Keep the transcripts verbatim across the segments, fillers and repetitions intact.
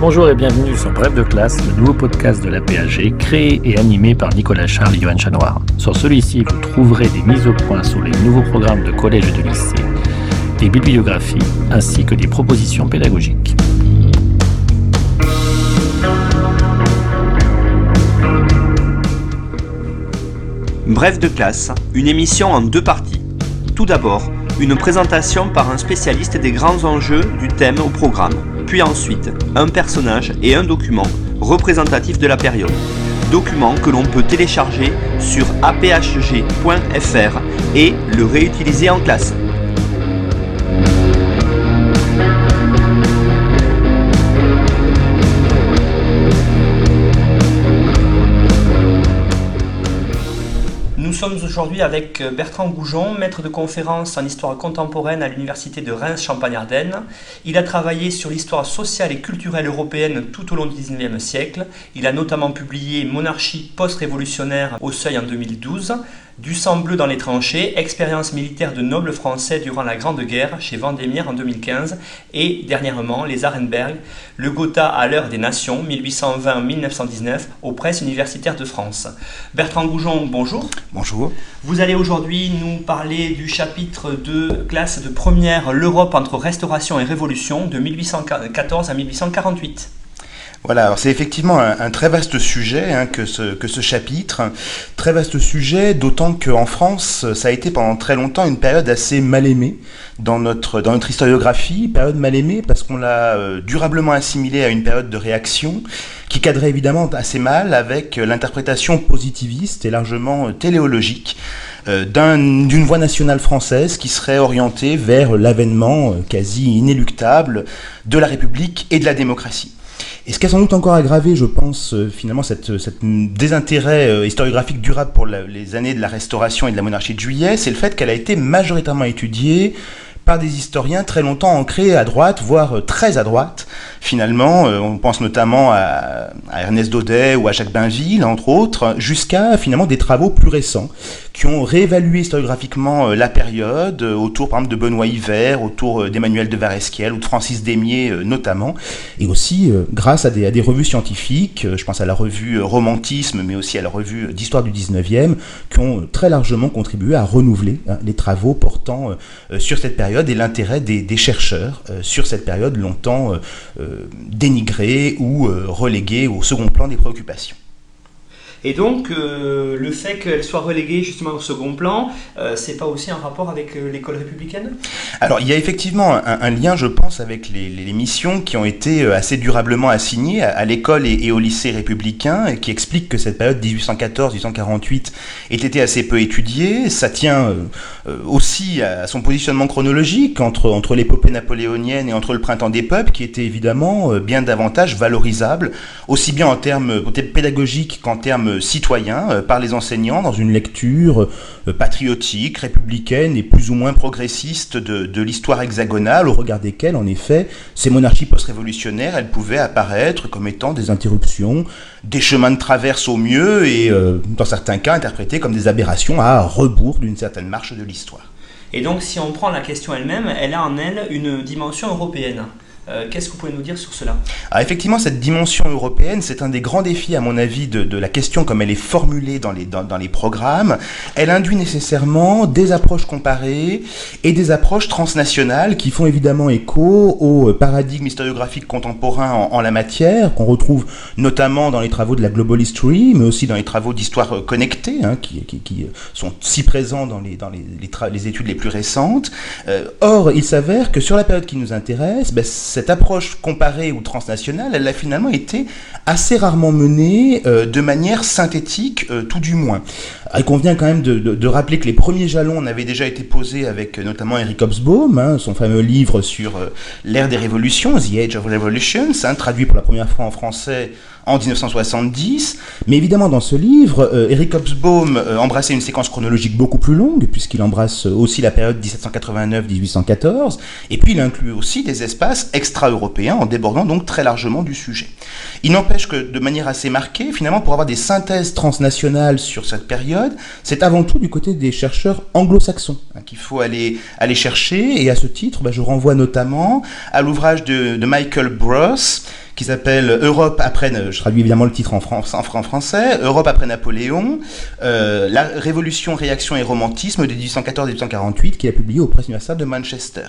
Bonjour et bienvenue sur Bref de classe, le nouveau podcast de l'A P A G, créé et animé par Nicolas Charles et Johan Chanoir. Sur celui-ci, vous trouverez des mises au point sur les nouveaux programmes de collège et de lycée, des bibliographies, ainsi que des propositions pédagogiques. Bref de classe, une émission en deux parties. Tout d'abord, une présentation par un spécialiste des grands enjeux du thème au programme, puis ensuite, un personnage et un document représentatifs de la période. Document que l'on peut télécharger sur a p h g point f r et le réutiliser en classe. Nous sommes aujourd'hui avec Bertrand Goujon, maître de conférence en histoire contemporaine à l'université de Reims-Champagne-Ardenne. Il a travaillé sur l'histoire sociale et culturelle européenne tout au long du dix-neuvième siècle. Il a notamment publié Monarchie post-révolutionnaire au Seuil en deux mille douze, Du sang bleu dans les tranchées, expérience militaire de nobles français durant la Grande Guerre chez Vendémiaire en deux mille quinze et dernièrement Les Arenberg, le Gotha à l'heure des nations mille huit cent vingt à mille neuf cent dix-neuf aux presses universitaires de France. Bertrand Goujon, bonjour. Bonjour. Vous allez aujourd'hui nous parler du chapitre de classe de première L'Europe entre Restauration et Révolution de mille huit cent quatorze à mille huit cent quarante-huit. Voilà, alors c'est effectivement un, un très vaste sujet hein, que, ce, que ce chapitre, très vaste sujet, d'autant qu'en France, ça a été pendant très longtemps une période assez mal aimée dans notre, dans notre historiographie, période mal aimée parce qu'on l'a euh, durablement assimilée à une période de réaction qui cadrait évidemment assez mal avec l'interprétation positiviste et largement téléologique euh, d'un, d'une voie nationale française qui serait orientée vers l'avènement euh, quasi inéluctable de la République et de la démocratie. Et ce qui a sans doute encore aggravé, je pense, euh, finalement, cette, cette désintérêt euh, historiographique durable pour la, les années de la Restauration et de la monarchie de Juillet, c'est le fait qu'elle a été majoritairement étudiée par des historiens très longtemps ancrés à droite, voire euh, très à droite, finalement. Euh, on pense notamment à, à Ernest Daudet ou à Jacques Bainville, entre autres, jusqu'à, finalement, des travaux plus récents qui ont réévalué historiographiquement euh, la période, euh, autour, par exemple, de Benoît Hivert, autour euh, d'Emmanuel de Varesquiel ou de Francis Démier, euh, notamment, et aussi euh, grâce à des, à des revues scientifiques, euh, je pense à la revue euh, Romantisme, mais aussi à la revue d'Histoire du dix-neuvième, qui ont euh, très largement contribué à renouveler hein, les travaux portant euh, sur cette période et l'intérêt des, des chercheurs euh, sur cette période longtemps euh, euh, dénigrée ou euh, reléguée au second plan des préoccupations. Et donc, euh, le fait qu'elle soit reléguée justement au second plan, euh, c'est pas aussi un rapport avec euh, l'école républicaine ? Alors, il y a effectivement un, un lien, je pense, avec les, les missions qui ont été assez durablement assignées à, à l'école et, et au lycée républicain, et qui expliquent que cette période dix-huit cent quatorze à dix-huit cent quarante-huit ait été assez peu étudiée. Ça tient euh, aussi à son positionnement chronologique entre, entre l'épopée napoléonienne et entre le printemps des peuples, qui était évidemment bien davantage valorisable, aussi bien en termes peut-être pédagogiques qu'en termes citoyens euh, par les enseignants dans une lecture euh, patriotique, républicaine et plus ou moins progressiste de, de l'histoire hexagonale, au regard desquelles, en effet, ces monarchies post-révolutionnaires, elles pouvaient apparaître comme étant des interruptions, des chemins de traverse au mieux et, euh, dans certains cas, interprétées comme des aberrations à rebours d'une certaine marche de l'histoire. Et donc, si on prend la question elle-même, elle a en elle une dimension européenne. Euh, qu'est-ce que vous pouvez nous dire sur cela ? Alors effectivement, cette dimension européenne, c'est un des grands défis, à mon avis, de, de la question comme elle est formulée dans les, dans, dans les programmes. Elle induit nécessairement des approches comparées et des approches transnationales qui font évidemment écho au paradigme historiographique contemporain en, en la matière, qu'on retrouve notamment dans les travaux de la Global History, mais aussi dans les travaux d'histoire connectée, hein, qui, qui, qui sont si présents dans les, dans les, les, tra- les études les plus récentes. Euh, or, il s'avère que sur la période qui nous intéresse, ben, cette approche comparée ou transnationale, elle a finalement été assez rarement menée euh, de manière synthétique, euh, tout du moins. Il convient quand même de, de, de rappeler que les premiers jalons avaient déjà été posés avec euh, notamment Eric Hobsbawm, hein, son fameux livre sur euh, l'ère des révolutions, The Age of Revolutions, hein, traduit pour la première fois en français en dix-neuf cent soixante-dix. Mais évidemment, dans ce livre, euh, Eric Hobsbawm euh, embrassait une séquence chronologique beaucoup plus longue, puisqu'il embrasse aussi la période dix-sept cent quatre-vingt-neuf à dix-huit cent quatorze, et puis il inclut aussi des espaces extra-européens, en débordant donc très largement du sujet. Il n'empêche que, de manière assez marquée, finalement, pour avoir des synthèses transnationales sur cette période, c'est avant tout du côté des chercheurs anglo-saxons hein, qu'il faut aller, aller chercher, et à ce titre, bah, je renvoie notamment à l'ouvrage de, de Michael Bross, qui s'appelle Europe après, je traduis évidemment le titre en, France, en français, Europe après Napoléon, euh, la révolution, réaction et romantisme de dix-huit cent quatorze à dix-huit cent quarante-huit, qu'il a publié aux presses universitaires de Manchester.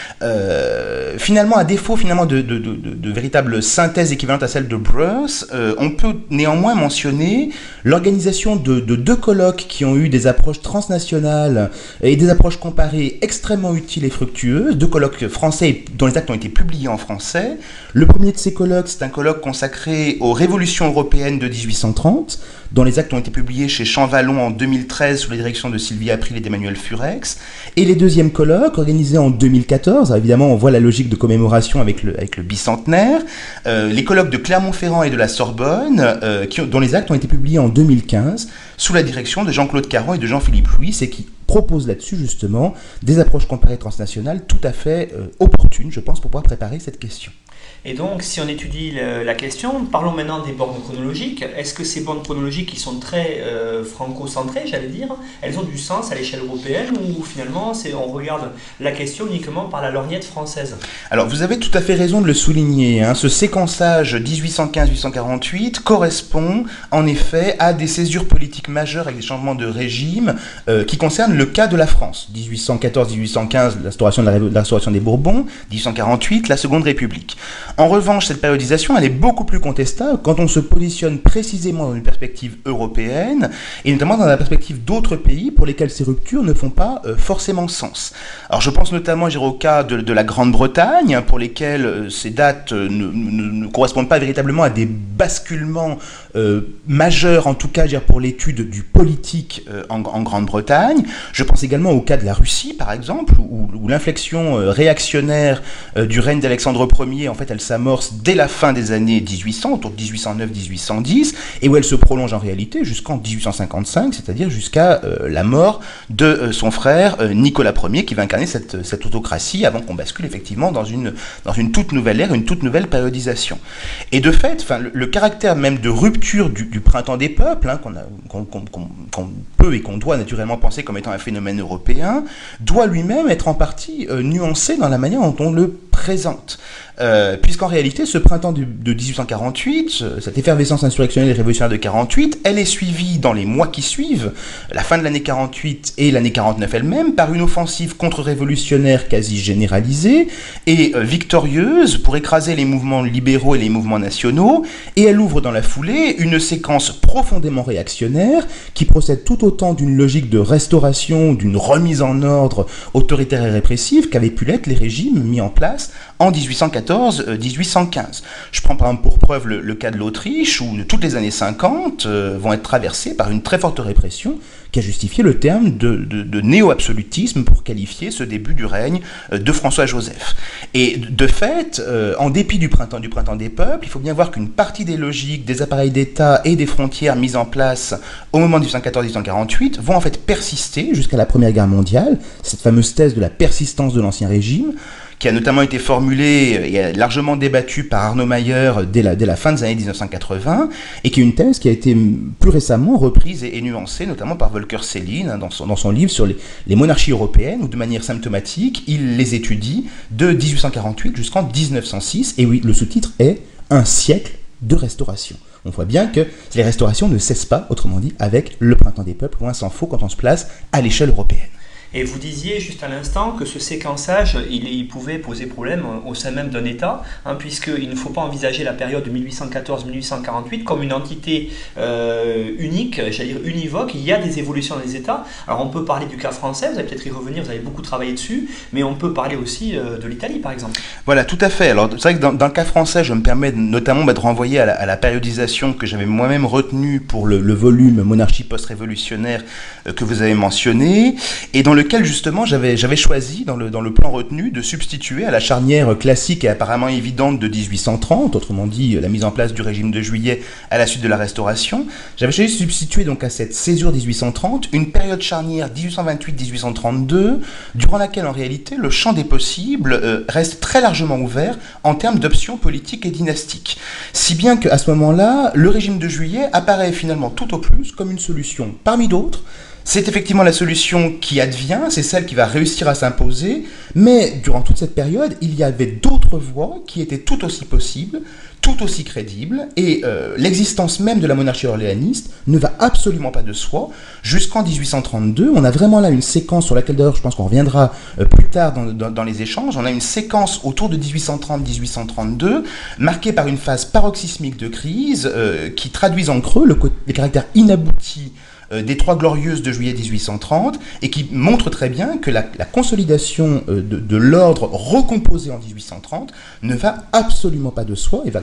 Euh, finalement, à défaut finalement de, de, de, de, de véritable synthèse équivalente à celle de Bruce, euh, on peut néanmoins mentionner l'organisation de, de deux colloques qui ont eu des approches transnationales et des approches comparées extrêmement utiles et fructueuses, deux colloques français dont les actes ont été publiés en français. Le premier de ces colloques, c'est un colloque consacré aux révolutions européennes de dix-huit cent trente, dont les actes ont été publiés chez Champvallon en deux mille treize sous la direction de Sylvie April et d'Emmanuel Furex. Et les deuxièmes colloques, organisés en deux mille quatorze, alors évidemment on voit la logique de commémoration avec le, avec le bicentenaire, euh, les colloques de Clermont-Ferrand et de la Sorbonne, euh, qui ont, dont les actes ont été publiés en deux mille quinze sous la direction de Jean-Claude Caron et de Jean-Philippe Louis, et qui propose là-dessus justement des approches comparées transnationales tout à fait euh, opportunes, je pense, pour pouvoir préparer cette question. Et donc, si on étudie le, la question, parlons maintenant des bornes chronologiques. Est-ce que ces bornes chronologiques qui sont très euh, franco-centrées, j'allais dire, elles ont du sens à l'échelle européenne ou finalement c'est, on regarde la question uniquement par la lorgnette française? Alors, vous avez tout à fait raison de le souligner. Hein. Ce séquençage dix-huit cent quinze à dix-huit cent quarante-huit correspond en effet à des césures politiques majeures avec des changements de régime euh, qui concernent le cas de la France. dix-huit cent quatorze à dix-huit cent quinze, l'instauration, de la, l'instauration des Bourbons. dix-huit cent quarante-huit, la Seconde République. En revanche, cette périodisation, elle est beaucoup plus contestable quand on se positionne précisément dans une perspective européenne, et notamment dans la perspective d'autres pays pour lesquels ces ruptures ne font pas euh, forcément sens. Alors je pense notamment au cas de, de la Grande-Bretagne, pour lesquels euh, ces dates euh, ne, ne, ne correspondent pas véritablement à des basculements euh, majeurs, en tout cas dire, pour l'étude du politique euh, en, en Grande-Bretagne. Je pense également au cas de la Russie, par exemple, où, où l'inflexion euh, réactionnaire euh, du règne d'Alexandre Ier, en fait, elle s'amorce dès la fin des années dix-huit cents, autour de dix-huit cent neuf à dix-huit cent dix, et où elle se prolonge en réalité jusqu'en dix-huit cent cinquante-cinq, c'est-à-dire jusqu'à euh, la mort de euh, son frère euh, Nicolas Ier, qui va incarner cette, cette autocratie avant qu'on bascule effectivement dans une, dans une toute nouvelle ère, une toute nouvelle périodisation. Et de fait, le, le caractère même de rupture du, du printemps des peuples, hein, qu'on, a, qu'on, qu'on, qu'on, qu'on peut et qu'on doit naturellement penser comme étant un phénomène européen, doit lui-même être en partie euh, nuancé dans la manière dont on le présente. Euh, puisqu'en réalité, ce printemps de, de dix-huit cent quarante-huit, cette effervescence insurrectionnelle et révolutionnaire de quarante-huit, elle est suivie dans les mois qui suivent, la fin de l'année quarante-huit et l'année quarante-neuf elle-même, par une offensive contre-révolutionnaire quasi généralisée et euh, victorieuse pour écraser les mouvements libéraux et les mouvements nationaux, et elle ouvre dans la foulée une séquence profondément réactionnaire qui procède tout autant d'une logique de restauration, d'une remise en ordre autoritaire et répressive qu'avaient pu l'être les régimes mis en place en dix-huit cent quatorze à dix-huit cent quinze. Je prends par exemple pour preuve le, le cas de l'Autriche, où toutes les années cinquante euh, vont être traversées par une très forte répression qui a justifié le terme de, de, de néo-absolutisme pour qualifier ce début du règne de François-Joseph. Et de fait, euh, en dépit du printemps, du printemps des peuples, il faut bien voir qu'une partie des logiques, des appareils d'État et des frontières mises en place au moment de dix-huit cent quatorze à dix-huit cent quarante-huit vont en fait persister jusqu'à la Première Guerre mondiale, cette fameuse thèse de la persistance de l'Ancien Régime, qui a notamment été formulée et largement débattue par Arnaud Mayer dès la, dès la fin des années dix-neuf cent quatre-vingts, et qui est une thèse qui a été plus récemment reprise et, et nuancée, notamment par Volker Sellin, hein, dans, son, dans son livre sur les, les monarchies européennes, où de manière symptomatique, il les étudie de dix-huit cent quarante-huit jusqu'en dix-neuf cent six, et oui, le sous-titre est « Un siècle de restauration ». On voit bien que les restaurations ne cessent pas, autrement dit, avec le printemps des peuples, loin s'en faut quand on se place à l'échelle européenne. Et vous disiez juste à l'instant que ce séquençage, il, il pouvait poser problème au sein même d'un État, hein, puisqu'il ne faut pas envisager la période de mille huit cent quatorze à mille huit cent quarante-huit comme une entité euh, unique, j'allais dire univoque. Il y a des évolutions dans les États. Alors on peut parler du cas français, vous allez peut-être y revenir, vous avez beaucoup travaillé dessus, mais on peut parler aussi euh, de l'Italie par exemple. Voilà, tout à fait. Alors c'est vrai que dans, dans le cas français, je me permets notamment bah, de renvoyer à la, à la périodisation que j'avais moi-même retenue pour le, le volume Monarchie post-révolutionnaire euh, que vous avez mentionné, et dans lequel justement j'avais, j'avais choisi dans le, dans le plan retenu de substituer à la charnière classique et apparemment évidente de dix-huit cent trente, autrement dit la mise en place du régime de Juillet à la suite de la Restauration, j'avais choisi de substituer donc à cette césure dix-huit cent trente une période charnière dix-huit cent vingt-huit à dix-huit cent trente-deux, durant laquelle en réalité le champ des possibles euh, reste très largement ouvert en termes d'options politiques et dynastiques. Si bien qu'à ce moment-là, le régime de Juillet apparaît finalement tout au plus comme une solution parmi d'autres, C'est effectivement la solution qui advient, c'est celle qui va réussir à s'imposer, mais durant toute cette période, il y avait d'autres voies qui étaient tout aussi possibles, tout aussi crédibles, et euh, l'existence même de la monarchie orléaniste ne va absolument pas de soi. Jusqu'en dix-huit cent trente-deux, on a vraiment là une séquence sur laquelle d'ailleurs je pense qu'on reviendra euh, plus tard dans, dans, dans les échanges, on a une séquence autour de dix-huit cent trente à dix-huit cent trente-deux, marquée par une phase paroxysmique de crise euh, qui traduisent en creux le, le caractère inabouti des Trois Glorieuses de juillet dix-huit cent trente et qui montre très bien que la, la consolidation de, de l'ordre recomposé en dix-huit cent trente ne va absolument pas de soi et va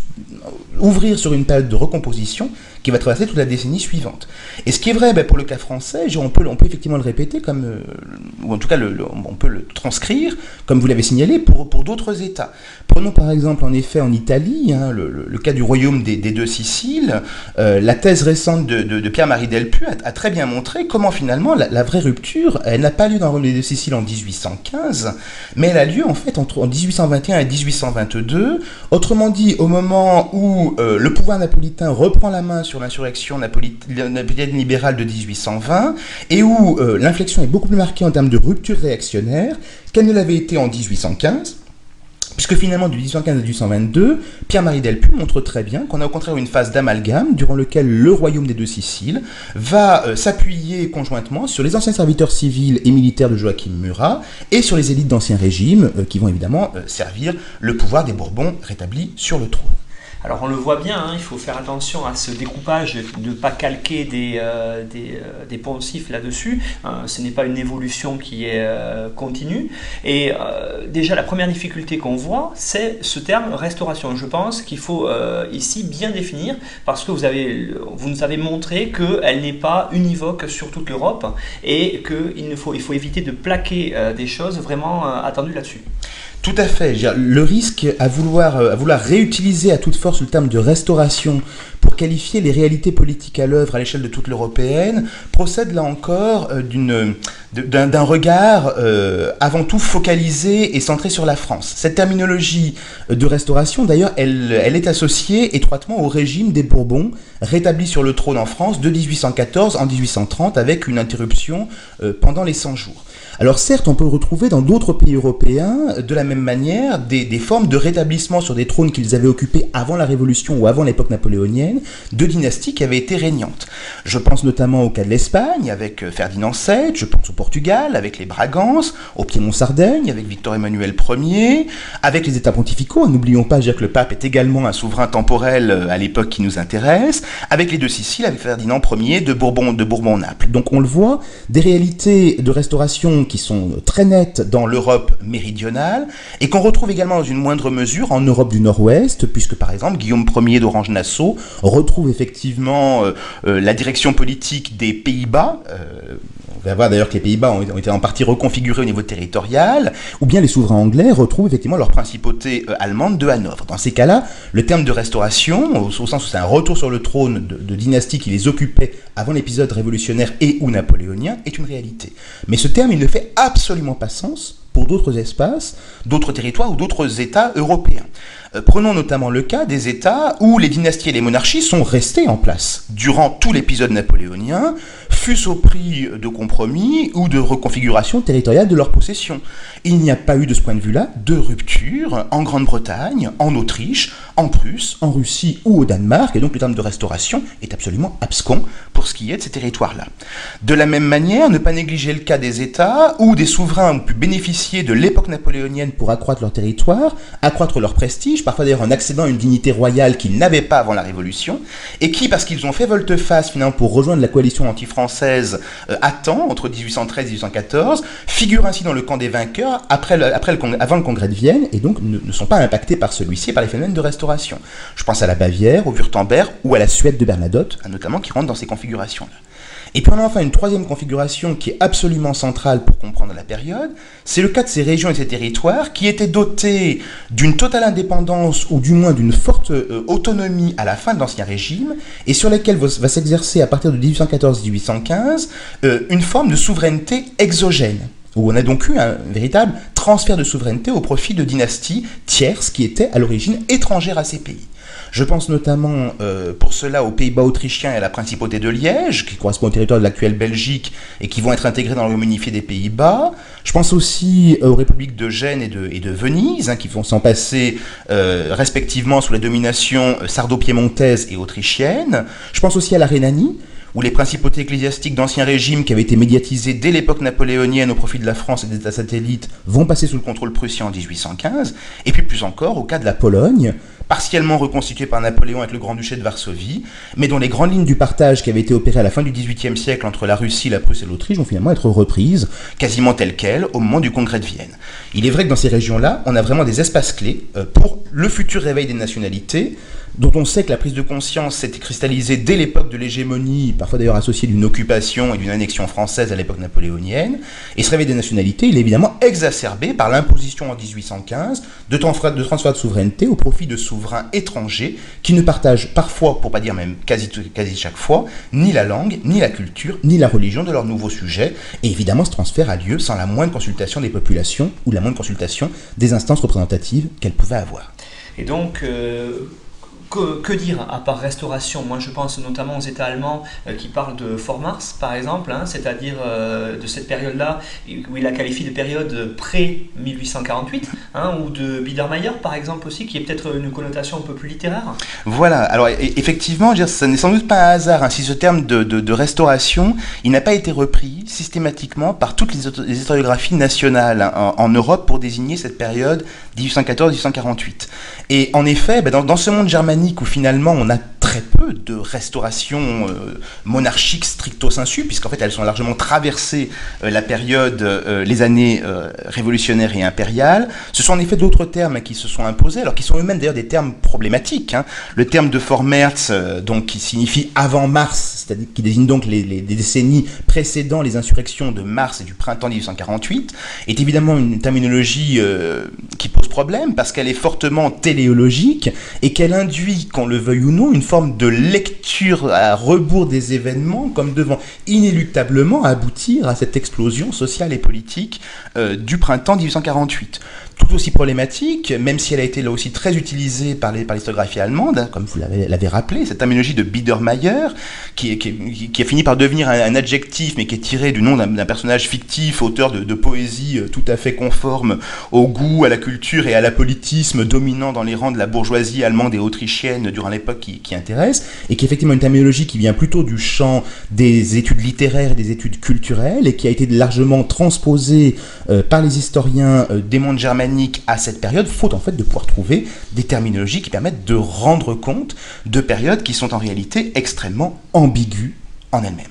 ouvrir sur une période de recomposition qui va traverser toute la décennie suivante. Et ce qui est vrai ben, pour le cas français, on peut, on peut effectivement le répéter, comme, euh, ou en tout cas le, le, on peut le transcrire, comme vous l'avez signalé, pour, pour d'autres États. Prenons par exemple en effet en Italie, hein, le, le, le cas du royaume des, des deux Siciles. Euh, la thèse récente de, de, de Pierre-Marie Delpuy a, a très bien montré comment finalement la, la vraie rupture, elle n'a pas lieu dans le royaume des deux Siciles en dix-huit cent quinze, mais elle a lieu en fait entre en dix-huit cent vingt et un et dix-huit cent vingt-deux. Autrement dit, au moment où euh, le pouvoir napolitain reprend la main sur l'insurrection napolitaine libérale de dix-huit cent vingt et où euh, l'inflexion est beaucoup plus marquée en termes de rupture réactionnaire qu'elle ne l'avait été en dix-huit cent quinze. Puisque finalement, de dix-huit cent quinze à dix-huit cent vingt-deux, Pierre-Marie Delpuy montre très bien qu'on a au contraire une phase d'amalgame durant laquelle le royaume des deux Siciles va euh, s'appuyer conjointement sur les anciens serviteurs civils et militaires de Joachim Murat et sur les élites d'Ancien Régime euh, qui vont évidemment euh, servir le pouvoir des Bourbons rétablis sur le trône. Alors on le voit bien, hein, il faut faire attention à ce découpage, de ne pas calquer des, euh, des, euh, des poncifs là-dessus. Hein, ce n'est pas une évolution qui est euh, continue. Et euh, déjà la première difficulté qu'on voit, c'est ce terme restauration. Je pense qu'il faut euh, ici bien définir, parce que vous, avez, vous nous avez montré qu'elle n'est pas univoque sur toute l'Europe et qu'il faut, il faut éviter de plaquer euh, des choses vraiment euh, attendues là-dessus. Tout à fait. Le risque à vouloir, à vouloir réutiliser à toute force le terme de restauration pour qualifier les réalités politiques à l'œuvre à l'échelle de toute l'européenne procède là encore d'une, d'un, d'un regard euh, avant tout focalisé et centré sur la France. Cette terminologie de restauration, d'ailleurs, elle, elle est associée étroitement au régime des Bourbons rétabli sur le trône en France de dix-huit cent quatorze en dix-huit cent trente avec une interruption euh, pendant les cent jours. Alors certes, on peut retrouver dans d'autres pays européens, de la même manière, des, des formes de rétablissement sur des trônes qu'ils avaient occupés avant la Révolution ou avant l'époque napoléonienne, de dynasties qui avaient été régnantes. Je pense notamment au cas de l'Espagne, avec Ferdinand sept, je pense au Portugal, avec les Bragances, au Piémont-Sardaigne, avec Victor-Emmanuel Ier, avec les États pontificaux, n'oublions pas que le pape est également un souverain temporel à l'époque qui nous intéresse, avec les deux Siciles, avec Ferdinand Ier de Bourbon, de Bourbon-Naples. Donc on le voit, des réalités de restauration qui sont très nettes dans l'Europe méridionale et qu'on retrouve également dans une moindre mesure en Europe du Nord-Ouest, puisque par exemple Guillaume Ier d'Orange-Nassau retrouve effectivement euh, euh, la direction politique des Pays-Bas. Euh, on va voir d'ailleurs que les Pays-Bas ont, ont été en partie reconfigurés au niveau territorial, ou bien les souverains anglais retrouvent effectivement leur principauté euh, allemande de Hanovre. Dans ces cas-là, le terme de restauration, au, au sens où c'est un retour sur le trône de, de dynasties qui les occupaient avant l'épisode révolutionnaire et ou napoléonien, est une réalité. Mais ce terme, il ne fait absolument pas sens pour d'autres espaces, d'autres territoires ou d'autres États européens. Euh, prenons notamment le cas des États où les dynasties et les monarchies sont restées en place durant tout l'épisode napoléonien, fût-ce au prix de compromis ou de reconfiguration territoriale de leur possession. Il n'y a pas eu de ce point de vue-là de rupture en Grande-Bretagne, en Autriche, en Prusse, en Russie ou au Danemark, et donc le terme de restauration est absolument abscon pour ce qui est de ces territoires-là. De la même manière, ne pas négliger le cas des États où des souverains ont pu bénéficier de l'époque napoléonienne pour accroître leur territoire, accroître leur prestige, parfois d'ailleurs en accédant à une dignité royale qu'ils n'avaient pas avant la Révolution, et qui, parce qu'ils ont fait volte-face finalement pour rejoindre la coalition anti-française euh, à temps, entre dix-huit cent treize et dix-huit cent quatorze, figurent ainsi dans le camp des vainqueurs après le, après le, avant le congrès de Vienne, et donc ne, ne sont pas impactés par celui-ci, par les phénomènes de restauration. Je pense à la Bavière, au Wurtemberg ou à la Suède de Bernadotte, notamment, qui rentrent dans ces configurations-là. Et puis on a enfin une troisième configuration qui est absolument centrale pour comprendre la période, c'est le cas de ces régions et de ces territoires qui étaient dotés d'une totale indépendance ou du moins d'une forte euh, autonomie à la fin de l'Ancien Régime et sur lesquels va, va s'exercer à partir de dix-huit cent quatorze à dix-huit cent quinze euh, une forme de souveraineté exogène, où on a donc eu un véritable transfert de souveraineté au profit de dynasties tierces qui étaient à l'origine étrangères à ces pays. Je pense notamment euh, pour cela aux Pays-Bas autrichiens et à la principauté de Liège, qui correspond au territoire de l'actuelle Belgique et qui vont être intégrés dans le royaume unifié des Pays-Bas. Je pense aussi aux républiques de Gênes et de, et de Venise, hein, qui vont s'en passer euh, respectivement sous la domination sardo-piémontaise et autrichienne. Je pense aussi à la Rhénanie, où les principautés ecclésiastiques d'Ancien Régime, qui avaient été médiatisées dès l'époque napoléonienne au profit de la France et des États satellites, vont passer sous le contrôle prussien en dix-huit cent quinze, et puis plus encore au cas de la Pologne, partiellement reconstituée par Napoléon avec le Grand-Duché de Varsovie, mais dont les grandes lignes du partage qui avaient été opérées à la fin du dix-huitième siècle entre la Russie, la Prusse et l'Autriche vont finalement être reprises, quasiment telles quelles, au moment du Congrès de Vienne. Il est vrai que dans ces régions-là, on a vraiment des espaces clés pour le futur réveil des nationalités, dont on sait que la prise de conscience s'était cristallisée dès l'époque de l'hégémonie, parfois d'ailleurs associée d'une occupation et d'une annexion française à l'époque napoléonienne. Et ce réveil des nationalités, il est évidemment exacerbé par l'imposition en dix-huit cent quinze de transferts de, transfert de souveraineté au profit de souverains étrangers qui ne partagent parfois, pour pas dire même quasi, quasi chaque fois, ni la langue, ni la culture, ni la religion de leur nouveau sujet. Et évidemment, ce transfert a lieu sans la moindre consultation des populations ou la moindre consultation des instances représentatives qu'elles pouvaient avoir. Et donc... Euh... Que, que dire à part restauration? Moi je pense notamment aux États allemands euh, qui parlent de Vormars par exemple, hein, c'est-à-dire euh, de cette période-là où il a qualifié de période pré-mille huit cent quarante-huit, hein, ou de Biedermeier par exemple aussi, qui est peut-être une connotation un peu plus littéraire. Voilà, alors effectivement, ce n'est sans doute pas un hasard, hein, si ce terme de, de, de restauration, il n'a pas été repris systématiquement par toutes les, auto- les historiographies nationales, hein, en, en Europe pour désigner cette période dix-huit cent quatorze à dix-huit cent quarante-huit. Et en effet, ben dans, dans ce monde germanique où finalement on a très peu de restaurations euh, monarchiques stricto sensu, puisqu'en fait elles sont largement traversées euh, la période, euh, les années euh, révolutionnaires et impériales. Ce sont en effet d'autres termes qui se sont imposés, alors qui sont eux-mêmes d'ailleurs des termes problématiques. Hein. Le terme de Vormärz, euh, donc qui signifie avant mars, c'est-à-dire qui désigne donc les, les, les décennies précédant les insurrections de mars et du printemps dix-huit cent quarante-huit, est évidemment une terminologie euh, qui pose problème parce qu'elle est fortement téléologique et qu'elle induit, qu'on le veuille ou non, une forme de lecture à rebours des événements comme devant inéluctablement aboutir à cette explosion sociale et politique euh, du printemps dix-huit cent quarante-huit. Tout aussi problématique, même si elle a été là aussi très utilisée par, les, par l'historiographie allemande, hein, comme vous l'avez, l'avez rappelé, cette terminologie de Biedermeier, qui, qui, qui a fini par devenir un, un adjectif, mais qui est tiré du nom d'un, d'un personnage fictif, auteur de, de poésie tout à fait conforme au goût, à la culture et à l'apolitisme dominant dans les rangs de la bourgeoisie allemande et autrichienne durant l'époque qui, qui intéresse, et qui est effectivement une terminologie qui vient plutôt du champ des études littéraires et des études culturelles, et qui a été largement transposée euh, par les historiens euh, des mondes germaniques à cette période, faute en fait de pouvoir trouver des terminologies qui permettent de rendre compte de périodes qui sont en réalité extrêmement ambiguës en elles-mêmes.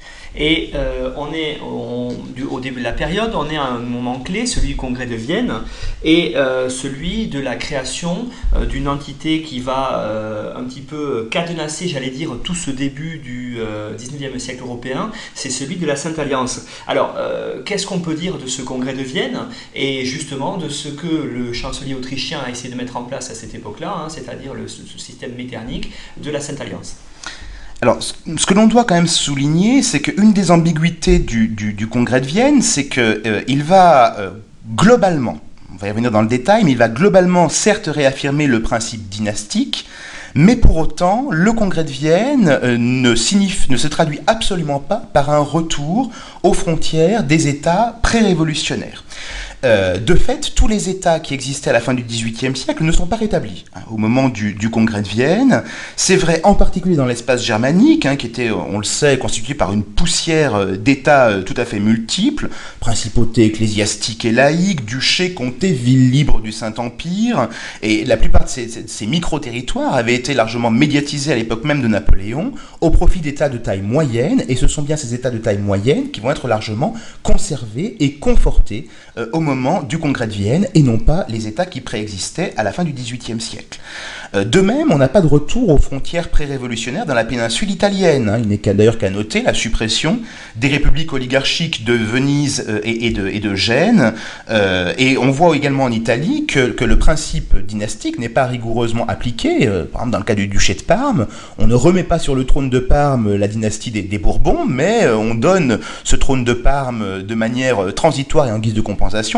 Et euh, on est on, du, au début de la période, on est à un moment clé, celui du Congrès de Vienne, et euh, celui de la création euh, d'une entité qui va euh, un petit peu cadenasser, j'allais dire, tout ce début du euh, dix-neuvième siècle européen, c'est celui de la Sainte Alliance. Alors, euh, qu'est-ce qu'on peut dire de ce Congrès de Vienne, et justement de ce que le chancelier autrichien a essayé de mettre en place à cette époque-là, hein, c'est-à-dire le, ce, ce système méternique de la Sainte Alliance? Alors, ce que l'on doit quand même souligner, c'est qu'une des ambiguïtés du, du, du Congrès de Vienne, c'est qu'il euh, va euh, globalement, on va y revenir dans le détail, mais il va globalement certes réaffirmer le principe dynastique, mais pour autant, le Congrès de Vienne euh, ne, signifie, ne se traduit absolument pas par un retour aux frontières des États pré-révolutionnaires. Euh, de fait, tous les États qui existaient à la fin du dix-huitième siècle ne sont pas rétablis hein, au moment du, du Congrès de Vienne. C'est vrai en particulier dans l'espace germanique, hein, qui était, on le sait, constitué par une poussière d'États euh, tout à fait multiples, principautés ecclésiastiques et laïques, duchés, comtés, villes libres du Saint-Empire, et la plupart de ces, ces, ces micro-territoires avaient été largement médiatisés à l'époque même de Napoléon, au profit d'États de taille moyenne, et ce sont bien ces États de taille moyenne qui vont être largement conservés et confortés euh, au moment du Congrès de Vienne, et non pas les États qui préexistaient à la fin du dix-huitième siècle. De même, on n'a pas de retour aux frontières pré-révolutionnaires dans la péninsule italienne. Il n'est qu'à, d'ailleurs qu'à noter la suppression des républiques oligarchiques de Venise et, et, de, et de Gênes. Euh, et on voit également en Italie que, que le principe dynastique n'est pas rigoureusement appliqué. Euh, par exemple, dans le cas du duché de Parme, on ne remet pas sur le trône de Parme la dynastie des, des Bourbons, mais on donne ce trône de Parme de manière transitoire et en guise de compensation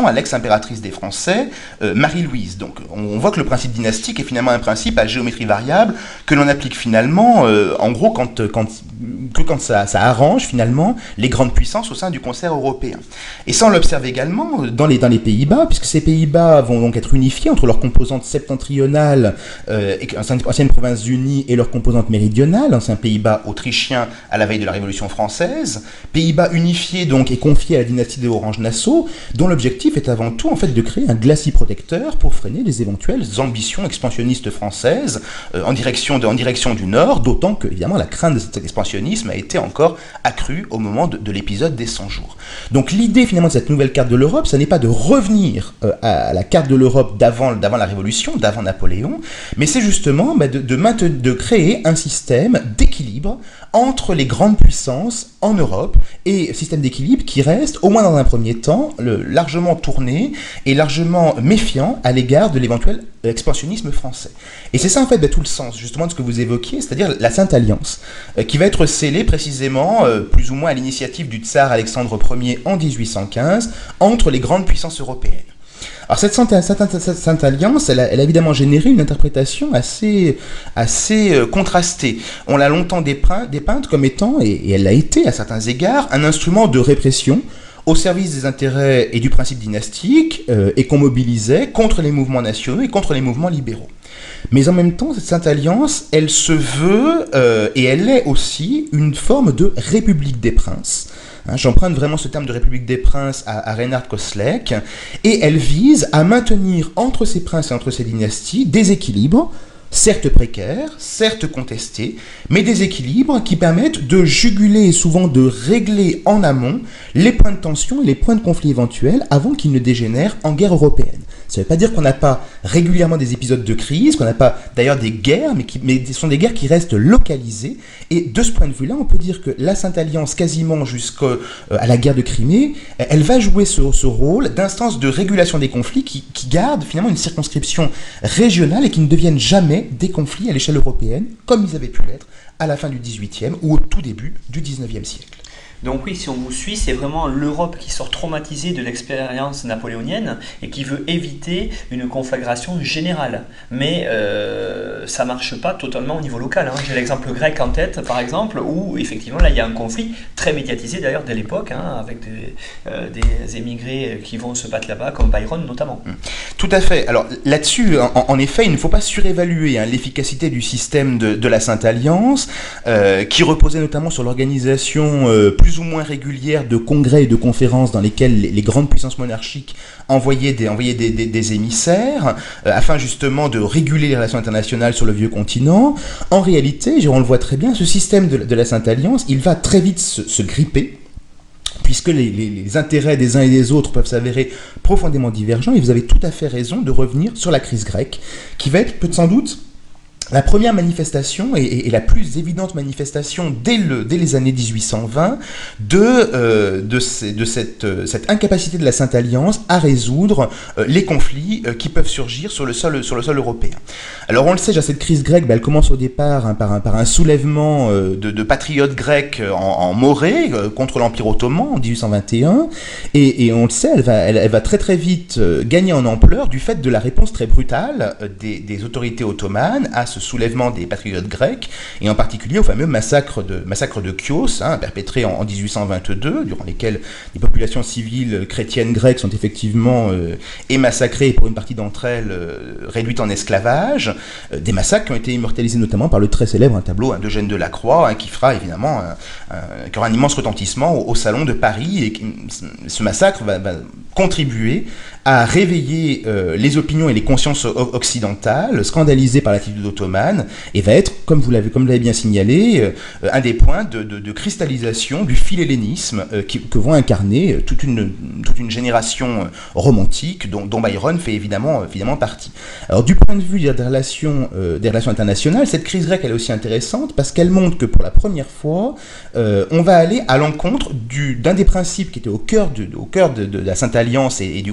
à l'ex-impératrice des Français, euh, Marie-Louise. Donc on, on voit que le principe dynastique est finalement un principe à géométrie variable que l'on applique finalement, euh, en gros, quand, quand, que quand ça, ça arrange finalement les grandes puissances au sein du concert européen. Et ça on l'observe également dans les, dans les Pays-Bas, puisque ces Pays-Bas vont donc être unifiés entre leurs composantes septentrionales, euh, anciennes provinces unies, et leurs composantes méridionales, anciens Pays-Bas autrichiens à la veille de la Révolution française, Pays-Bas unifiés donc et confiés à la dynastie des Orange-Nassau, dont l'objectif est avant tout en fait de créer un glacis protecteur pour freiner les éventuelles ambitions expansionnistes françaises euh, en, direction de, en direction du nord, d'autant que évidemment la crainte de cet expansionnisme a été encore accrue au moment de, de l'épisode des cent jours. Donc l'idée finalement de cette nouvelle carte de l'Europe, ce n'est pas de revenir euh, à la carte de l'Europe d'avant, d'avant la Révolution, d'avant Napoléon, mais c'est justement bah, de, de, maintenir, de créer un système d'équilibre entre les grandes puissances en Europe, et système d'équilibre qui reste, au moins dans un premier temps, le, largement tourné et largement méfiant à l'égard de l'éventuel expansionnisme français. Et c'est ça en fait bah, tout le sens justement de ce que vous évoquiez, c'est-à-dire la Sainte Alliance, euh, qui va être scellée précisément, euh, plus ou moins à l'initiative du tsar Alexandre Ier en dix-huit cent quinze, entre les grandes puissances européennes. Alors cette Sainte, cette, cette Sainte Alliance, elle a, elle a évidemment généré une interprétation assez, assez euh, contrastée. On l'a longtemps dépeinte, dépeinte comme étant, et, et elle l'a été à certains égards, un instrument de répression au service des intérêts et du principe dynastique, euh, et qu'on mobilisait contre les mouvements nationaux et contre les mouvements libéraux. Mais en même temps, cette Sainte Alliance, elle se veut, euh, et elle est aussi, une forme de république des princes. Hein, j'emprunte vraiment ce terme de République des Princes à, à Reinhard Koselleck, et elle vise à maintenir entre ces princes et entre ces dynasties des équilibres, certes précaires, certes contestés, mais des équilibres qui permettent de juguler et souvent de régler en amont les points de tension et les points de conflit éventuels avant qu'ils ne dégénèrent en guerre européenne. Ça ne veut pas dire qu'on n'a pas régulièrement des épisodes de crise, qu'on n'a pas d'ailleurs des guerres, mais, qui, mais ce sont des guerres qui restent localisées. Et de ce point de vue-là, on peut dire que la Sainte Alliance, quasiment jusqu'à euh, la guerre de Crimée, elle va jouer ce, ce rôle d'instance de régulation des conflits qui, qui garde finalement une circonscription régionale et qui ne deviennent jamais des conflits à l'échelle européenne, comme ils avaient pu l'être à la fin du dix-huitième ou au tout début du dix-neuvième siècle. Donc oui, si on vous suit, c'est vraiment l'Europe qui sort traumatisée de l'expérience napoléonienne et qui veut éviter une conflagration générale. Mais euh, ça ne marche pas totalement au niveau local. Hein. J'ai l'exemple grec en tête, par exemple, où effectivement, là, il y a un conflit très médiatisé d'ailleurs dès l'époque, hein, avec des, euh, des émigrés qui vont se battre là-bas, comme Byron notamment. Tout à fait. Alors là-dessus, en, en effet, il ne faut pas surévaluer hein, l'efficacité du système de, de la Sainte Alliance, euh, qui reposait notamment sur l'organisation euh, plus ou moins régulière de congrès et de conférences dans lesquels les, les grandes puissances monarchiques envoyaient des, envoyaient des, des, des émissaires euh, afin justement de réguler les relations internationales sur le vieux continent. En réalité, on le voit très bien, ce système de, de la Sainte Alliance, il va très vite se, se gripper, puisque les, les, les intérêts des uns et des autres peuvent s'avérer profondément divergents, et vous avez tout à fait raison de revenir sur la crise grecque, qui va être peut sans doute la première manifestation, et, et, et la plus évidente manifestation dès, le, dès les années dix-huit cent vingt, de, euh, de, ces, de cette, euh, cette incapacité de la Sainte Alliance à résoudre euh, les conflits euh, qui peuvent surgir sur le sol, sur le sol européen. Alors on le sait, cette crise grecque, bah, elle commence au départ hein, par, un, par un soulèvement euh, de, de patriotes grecs en, en Morée euh, contre l'Empire ottoman en dix-huit cent vingt et un, et, et on le sait, elle va, elle, elle va très très vite euh, gagner en ampleur du fait de la réponse très brutale euh, des, des autorités ottomanes à ce soulèvement des patriotes grecs, et en particulier au fameux massacre de, massacre de Chios, hein, perpétré en, en dix-huit cent vingt-deux, durant lesquels les populations civiles chrétiennes grecques sont effectivement euh, et massacrées, et pour une partie d'entre elles euh, réduites en esclavage, euh, des massacres qui ont été immortalisés notamment par le très célèbre un tableau hein, d'Eugène Delacroix, hein, qui fera évidemment un, un, qui aura un immense retentissement au, au Salon de Paris, et qui, ce massacre va, va contribuer à réveiller euh, les opinions et les consciences occidentales, scandalisées par l'attitude ottomane, et va être, comme vous l'avez, comme vous l'avez bien signalé, euh, un des points de, de, de cristallisation du philhellénisme euh, qui, que vont incarner toute une, toute une génération romantique dont, dont Byron fait évidemment, évidemment partie. Alors du point de vue des relations, euh, des relations internationales, cette crise grecque elle est aussi intéressante parce qu'elle montre que pour la première fois, euh, on va aller à l'encontre du, d'un des principes qui était au cœur de, au cœur de, de la Sainte Alliance et, et du Congrès de Vienne,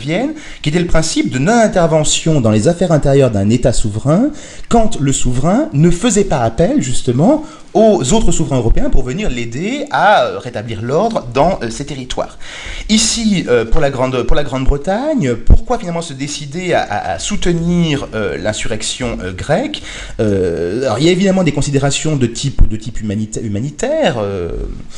européenne, qui était le principe de non-intervention dans les affaires intérieures d'un État souverain quand le souverain ne faisait pas appel justement aux autres souverains européens pour venir l'aider à rétablir l'ordre dans euh, ces territoires. Ici, euh, pour la Grande, pour la Grande-Bretagne, pourquoi finalement se décider à, à, à soutenir euh, l'insurrection euh, grecque? euh, Alors, il y a évidemment des considérations de type, de type humanita- humanitaire, euh,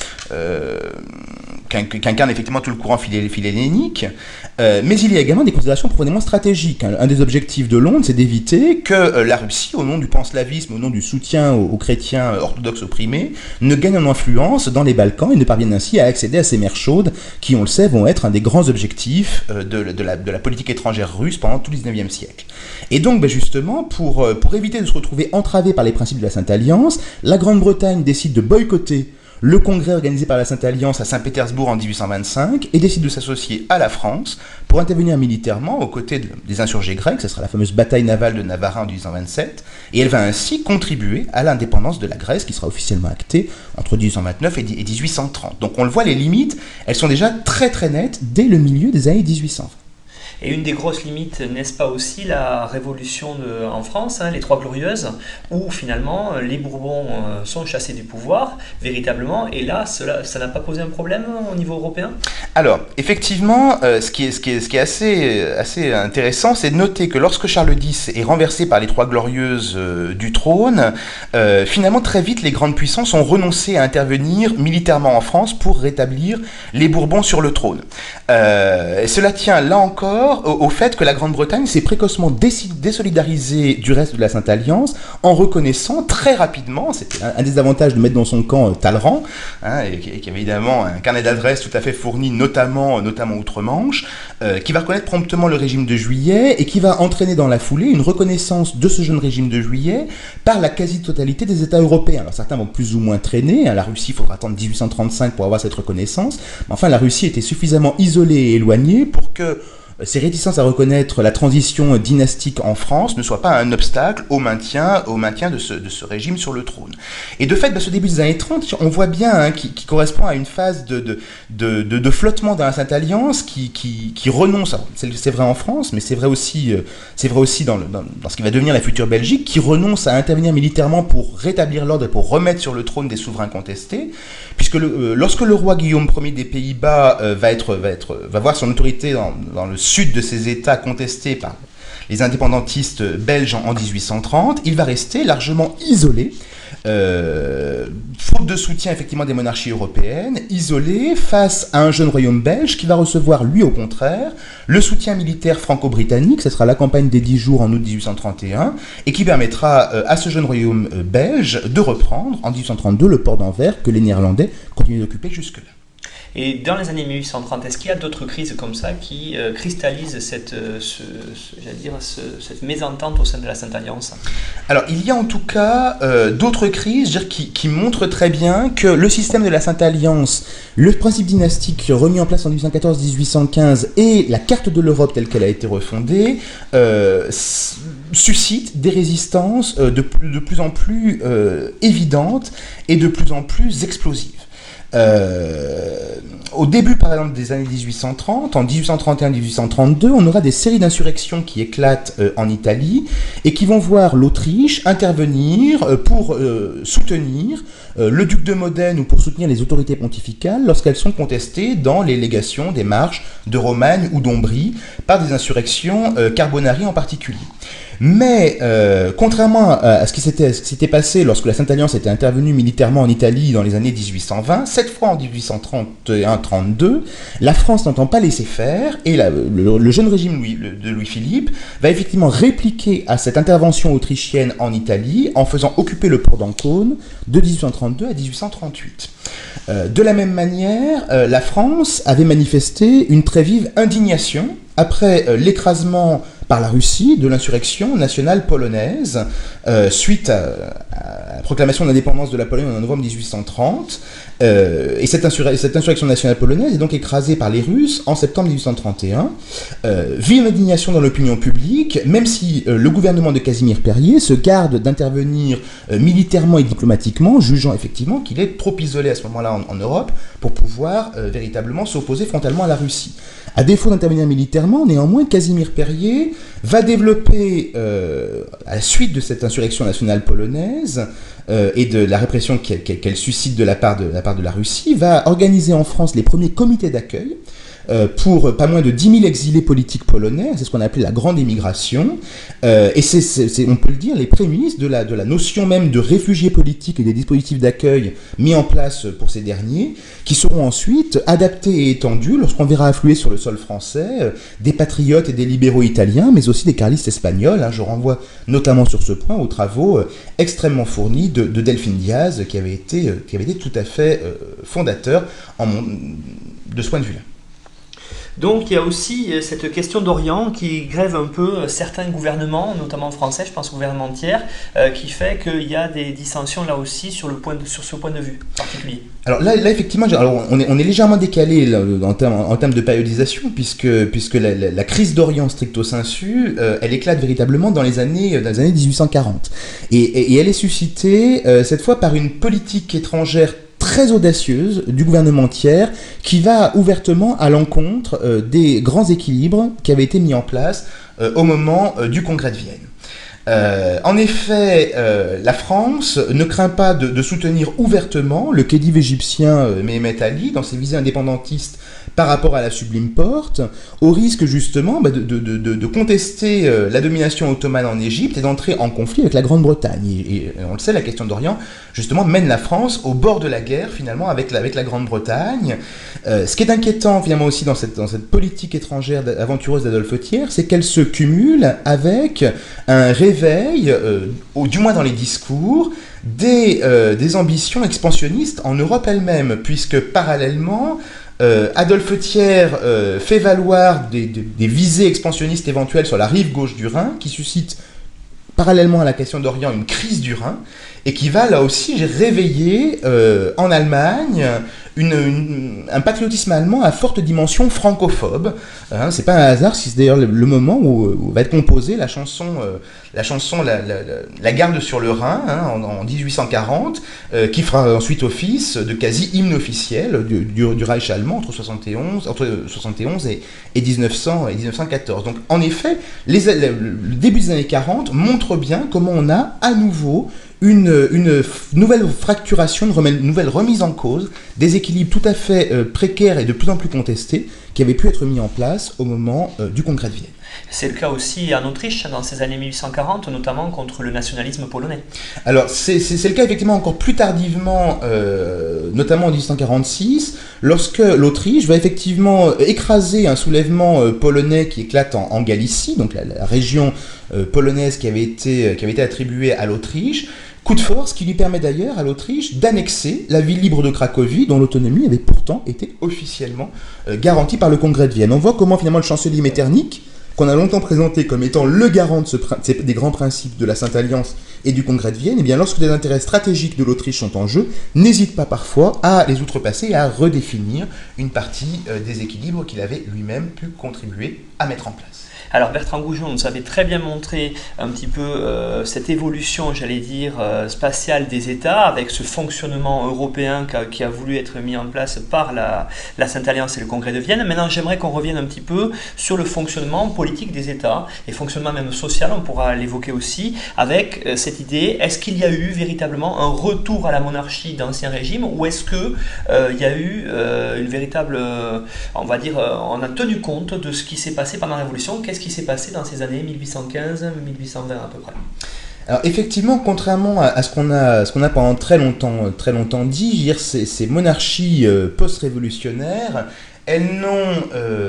euh, qu'incarne effectivement tout le courant philhellénique, euh, mais il y a également des considérations profondément stratégiques. Un, un des objectifs de Londres, c'est d'éviter que euh, la Russie, au nom du panslavisme, au nom du soutien aux, aux chrétiens orthodoxes opprimés, ne gagne en influence dans les Balkans et ne parvienne ainsi à accéder à ces mers chaudes qui, on le sait, vont être un des grands objectifs euh, de, de, la, de la politique étrangère russe pendant tout le dix-neuvième siècle. Et donc, ben justement, pour, pour éviter de se retrouver entravé par les principes de la Sainte Alliance, la Grande-Bretagne décide de boycotter le congrès organisé par la Sainte Alliance à Saint-Pétersbourg en dix-huit cent vingt-cinq et décide de s'associer à la France pour intervenir militairement aux côtés de, des insurgés grecs. Ce sera la fameuse bataille navale de Navarin en dix-huit cent vingt-sept, et elle va ainsi contribuer à l'indépendance de la Grèce qui sera officiellement actée entre dix-huit cent vingt-neuf et dix-huit cent trente. Donc on le voit, les limites, elles sont déjà très très nettes dès le milieu des années dix-huit cents. Et une des grosses limites, n'est-ce pas aussi la révolution de, en France, hein, les Trois Glorieuses, où finalement les Bourbons euh, sont chassés du pouvoir, véritablement, et là, cela, ça n'a pas posé un problème au niveau européen? Alors, effectivement, euh, ce qui est, ce qui est, ce qui est assez, assez intéressant, c'est de noter que lorsque Charles X est renversé par les Trois Glorieuses euh, du trône, euh, finalement, très vite, les grandes puissances ont renoncé à intervenir militairement en France pour rétablir les Bourbons sur le trône. Euh, et cela tient, là encore, Au, au fait que la Grande-Bretagne s'est précocement désolidarisée du reste de la Sainte Alliance en reconnaissant très rapidement, c'était un, un des avantages de mettre dans son camp euh, Talleyrand, hein, et, et qui avait évidemment un carnet d'adresses tout à fait fourni, notamment, notamment outre-Manche, euh, qui va reconnaître promptement le régime de Juillet et qui va entraîner dans la foulée une reconnaissance de ce jeune régime de Juillet par la quasi-totalité des États européens. Alors certains vont plus ou moins traîner, hein, la Russie, il faudra attendre dix-huit cent trente-cinq pour avoir cette reconnaissance, mais enfin la Russie était suffisamment isolée et éloignée pour que ces réticences à reconnaître la transition dynastique en France ne soient pas un obstacle au maintien, au maintien de, ce, de ce régime sur le trône. Et de fait, bah, ce début des années trente, on voit bien hein, qui, qui correspond à une phase de, de, de, de, de flottement dans la Sainte Alliance qui, qui, qui renonce, c'est, c'est vrai en France, mais c'est vrai aussi, c'est vrai aussi dans, le, dans, dans ce qui va devenir la future Belgique, qui renonce à intervenir militairement pour rétablir l'ordre et pour remettre sur le trône des souverains contestés, puisque le, euh, lorsque le roi Guillaume Ier des Pays-Bas euh, va, être, va, être, va voir son autorité dans, dans le sud de ces États contestés par les indépendantistes belges en dix-huit cent trente, il va rester largement isolé, euh, faute de soutien effectivement des monarchies européennes, isolé face à un jeune royaume belge qui va recevoir, lui au contraire, le soutien militaire franco-britannique. Ce sera la campagne des dix jours en août dix-huit cent trente et un, et qui permettra euh, à ce jeune royaume euh, belge de reprendre en dix-huit cent trente-deux le port d'Anvers que les Néerlandais continuaient d'occuper jusque-là. Et dans les années mille huit cent trente, est-ce qu'il y a d'autres crises comme ça qui euh, cristallisent cette, euh, ce, ce, j'allais dire, ce, cette mésentente au sein de la Sainte Alliance? Alors, il y a en tout cas euh, d'autres crises dire, qui, qui montrent très bien que le système de la Sainte Alliance, le principe dynastique remis en place en dix-huit cent quatorze dix-huit cent quinze et la carte de l'Europe telle qu'elle a été refondée, euh, suscitent des résistances euh, de, plus, de plus en plus euh, évidentes et de plus en plus explosives. Euh, au début par exemple des années dix-huit cent trente, en dix-huit cent trente et un dix-huit cent trente-deux, on aura des séries d'insurrections qui éclatent euh, en Italie et qui vont voir l'Autriche intervenir euh, pour euh, soutenir euh, le duc de Modène ou pour soutenir les autorités pontificales lorsqu'elles sont contestées dans les légations des marches de Romagne ou d'Ombrie par des insurrections euh, Carbonari en particulier. Mais, euh, contrairement à ce qui s'était, ce qui s'était passé lorsque la Sainte Alliance était intervenue militairement en Italie dans les années dix-huit cent vingt, cette fois en dix-huit cent trente et un trente-deux, la France n'entend pas laisser faire, et la, le, le jeune régime Louis, le, de Louis-Philippe va effectivement répliquer à cette intervention autrichienne en Italie en faisant occuper le port d'Ancône de dix-huit cent trente-deux à dix-huit cent trente-huit. Euh, de la même manière, euh, la France avait manifesté une très vive indignation après euh, l'écrasement par la Russie de l'insurrection nationale polonaise euh, suite à, à la proclamation d'indépendance de la Pologne en novembre dix-huit cent trente. Euh, et cette, insur- cette insurrection nationale polonaise est donc écrasée par les Russes en septembre dix-huit cent trente et un. Euh, vive indignation dans l'opinion publique, même si euh, le gouvernement de Casimir Perier se garde d'intervenir euh, militairement et diplomatiquement, jugeant effectivement qu'il est trop isolé à ce moment-là en, en Europe pour pouvoir euh, véritablement s'opposer frontalement à la Russie. À défaut d'intervenir militairement, néanmoins, Casimir Perier va développer, euh, à la suite de cette insurrection nationale polonaise euh, et de la répression qu'elle, qu'elle suscite de la part de, de la part de la Russie, va organiser en France les premiers comités d'accueil euh, pour pas moins de dix mille exilés politiques polonais. C'est ce qu'on a appelé la grande émigration. Euh, et c'est, c'est, c'est, on peut le dire, les prémices de la, de la notion même de réfugiés politiques et des dispositifs d'accueil mis en place pour ces derniers, qui seront ensuite adaptés et étendus lorsqu'on verra affluer sur le sol français euh, des patriotes et des libéraux italiens, mais aussi des carlistes espagnols. Hein. Je renvoie notamment sur ce point aux travaux euh, extrêmement fournis de, de Delphine Diaz, qui avait été, euh, qui avait été tout à fait euh, fondateur en mon, de ce point de vue-là. Donc il y a aussi cette question d'Orient qui grève un peu certains gouvernements, notamment français, je pense au gouvernement Thiers, euh, qui fait qu'il y a des dissensions là aussi sur, le point de, sur ce point de vue particulier. Alors là, là effectivement, alors on, est, on est légèrement décalé là, en, termes, en termes de périodisation, puisque, puisque la, la, la crise d'Orient stricto sensu, euh, elle éclate véritablement dans les années, dans les années dix-huit cent quarante. Et, et, et elle est suscitée euh, cette fois par une politique étrangère très audacieuse du gouvernement Thiers qui va ouvertement à l'encontre euh, des grands équilibres qui avaient été mis en place euh, au moment euh, du Congrès de Vienne. Euh, en effet, euh, la France ne craint pas de, de soutenir ouvertement le khedive égyptien euh, Mehemet Ali dans ses visées indépendantistes par rapport à la Sublime Porte, au risque justement bah, de, de, de, de contester euh, la domination ottomane en Égypte et d'entrer en conflit avec la Grande-Bretagne. Et, et on le sait, la question d'Orient justement mène la France au bord de la guerre finalement avec la, avec la Grande-Bretagne. Euh, ce qui est inquiétant finalement aussi dans cette, dans cette politique étrangère aventureuse d'Adolphe Thiers, c'est qu'elle se cumule avec un réveil, euh, ou du moins dans les discours, des, euh, des ambitions expansionnistes en Europe elle-même, puisque parallèlement, Euh, Adolphe Thiers euh, fait valoir des, des, des visées expansionnistes éventuelles sur la rive gauche du Rhin, qui suscite parallèlement à la question d'Orient une crise du Rhin, et qui va là aussi réveiller euh, en Allemagne une, une, un patriotisme allemand à forte dimension francophobe. Hein, c'est pas un hasard si c'est d'ailleurs le, le moment où, où va être composée la chanson, euh, la, chanson la, la, la, la garde sur le Rhin hein, en, en dix-huit cent quarante, euh, qui fera ensuite office de quasi hymne officiel du, du, du Reich allemand entre soixante et onze, entre soixante et onze et, et, dix-neuf cents, et dix-neuf cent quatorze. Donc en effet, les, le, le début des années quarante montre bien comment on a à nouveau Une, une nouvelle fracturation, une nouvelle remise en cause des équilibres tout à fait euh, précaires et de plus en plus contestés qui avaient pu être mis en place au moment euh, du Congrès de Vienne. C'est le cas aussi en Autriche dans ces années mille huit cent quarante, notamment contre le nationalisme polonais. Alors c'est, c'est, c'est le cas effectivement encore plus tardivement, euh, notamment en dix-huit cent quarante-six, lorsque l'Autriche va effectivement écraser un soulèvement euh, polonais qui éclate en, en Galicie, donc la, la région euh, polonaise qui avait été, qui avait été attribuée à l'Autriche. Coup de force qui lui permet d'ailleurs à l'Autriche d'annexer la ville libre de Cracovie, dont l'autonomie avait pourtant été officiellement euh, garantie par le Congrès de Vienne. On voit comment finalement le chancelier Metternich, qu'on a longtemps présenté comme étant le garant de ce, des grands principes de la Sainte Alliance et du Congrès de Vienne, et bien lorsque des intérêts stratégiques de l'Autriche sont en jeu, n'hésite pas parfois à les outrepasser et à redéfinir une partie euh, des équilibres qu'il avait lui-même pu contribuer à mettre en place. Alors Bertrand Goujon nous avait très bien montré un petit peu euh, cette évolution, j'allais dire, euh, spatiale des États, avec ce fonctionnement européen qui a, qui a voulu être mis en place par la, la Sainte Alliance et le Congrès de Vienne. Maintenant, j'aimerais qu'on revienne un petit peu sur le fonctionnement politique des États, et fonctionnement même social, on pourra l'évoquer aussi, avec euh, cette idée, est-ce qu'il y a eu véritablement un retour à la monarchie d'Ancien Régime, ou est-ce qu'il euh, y a eu euh, une véritable, euh, on va dire, euh, on a tenu compte de ce qui s'est passé pendant la Révolution? Qu'est-ce qui s'est passé dans ces années mille huit cent quinze mille huit cent vingt à peu près? Alors effectivement, contrairement à ce qu'on a, ce qu'on a pendant très longtemps, très longtemps dit, je veux dire, ces, ces monarchies euh, post-révolutionnaires, elles n'ont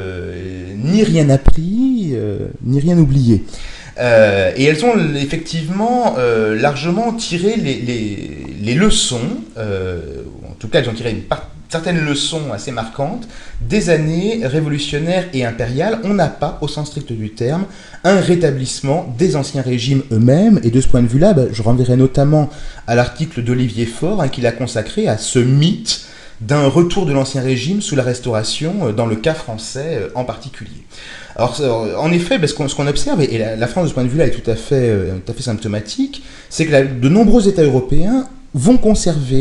euh, ni rien appris, euh, ni rien oublié. Euh, et elles ont effectivement euh, largement tiré les, les, les leçons, euh, en tout cas elles ont tiré une part, certaines leçons assez marquantes des années révolutionnaires et impériales. On n'a pas, au sens strict du terme, un rétablissement des anciens régimes eux-mêmes. Et de ce point de vue-là, bah, je renverrai notamment à l'article d'Olivier Faure hein, qu'il a consacré à ce mythe d'un retour de l'ancien régime sous la Restauration, dans le cas français en particulier. Alors, en effet, ben, ce, qu'on, ce qu'on observe, et la, la France de ce point de vue-là est tout à fait, euh, tout à fait symptomatique, c'est que la, de nombreux États européens vont conserver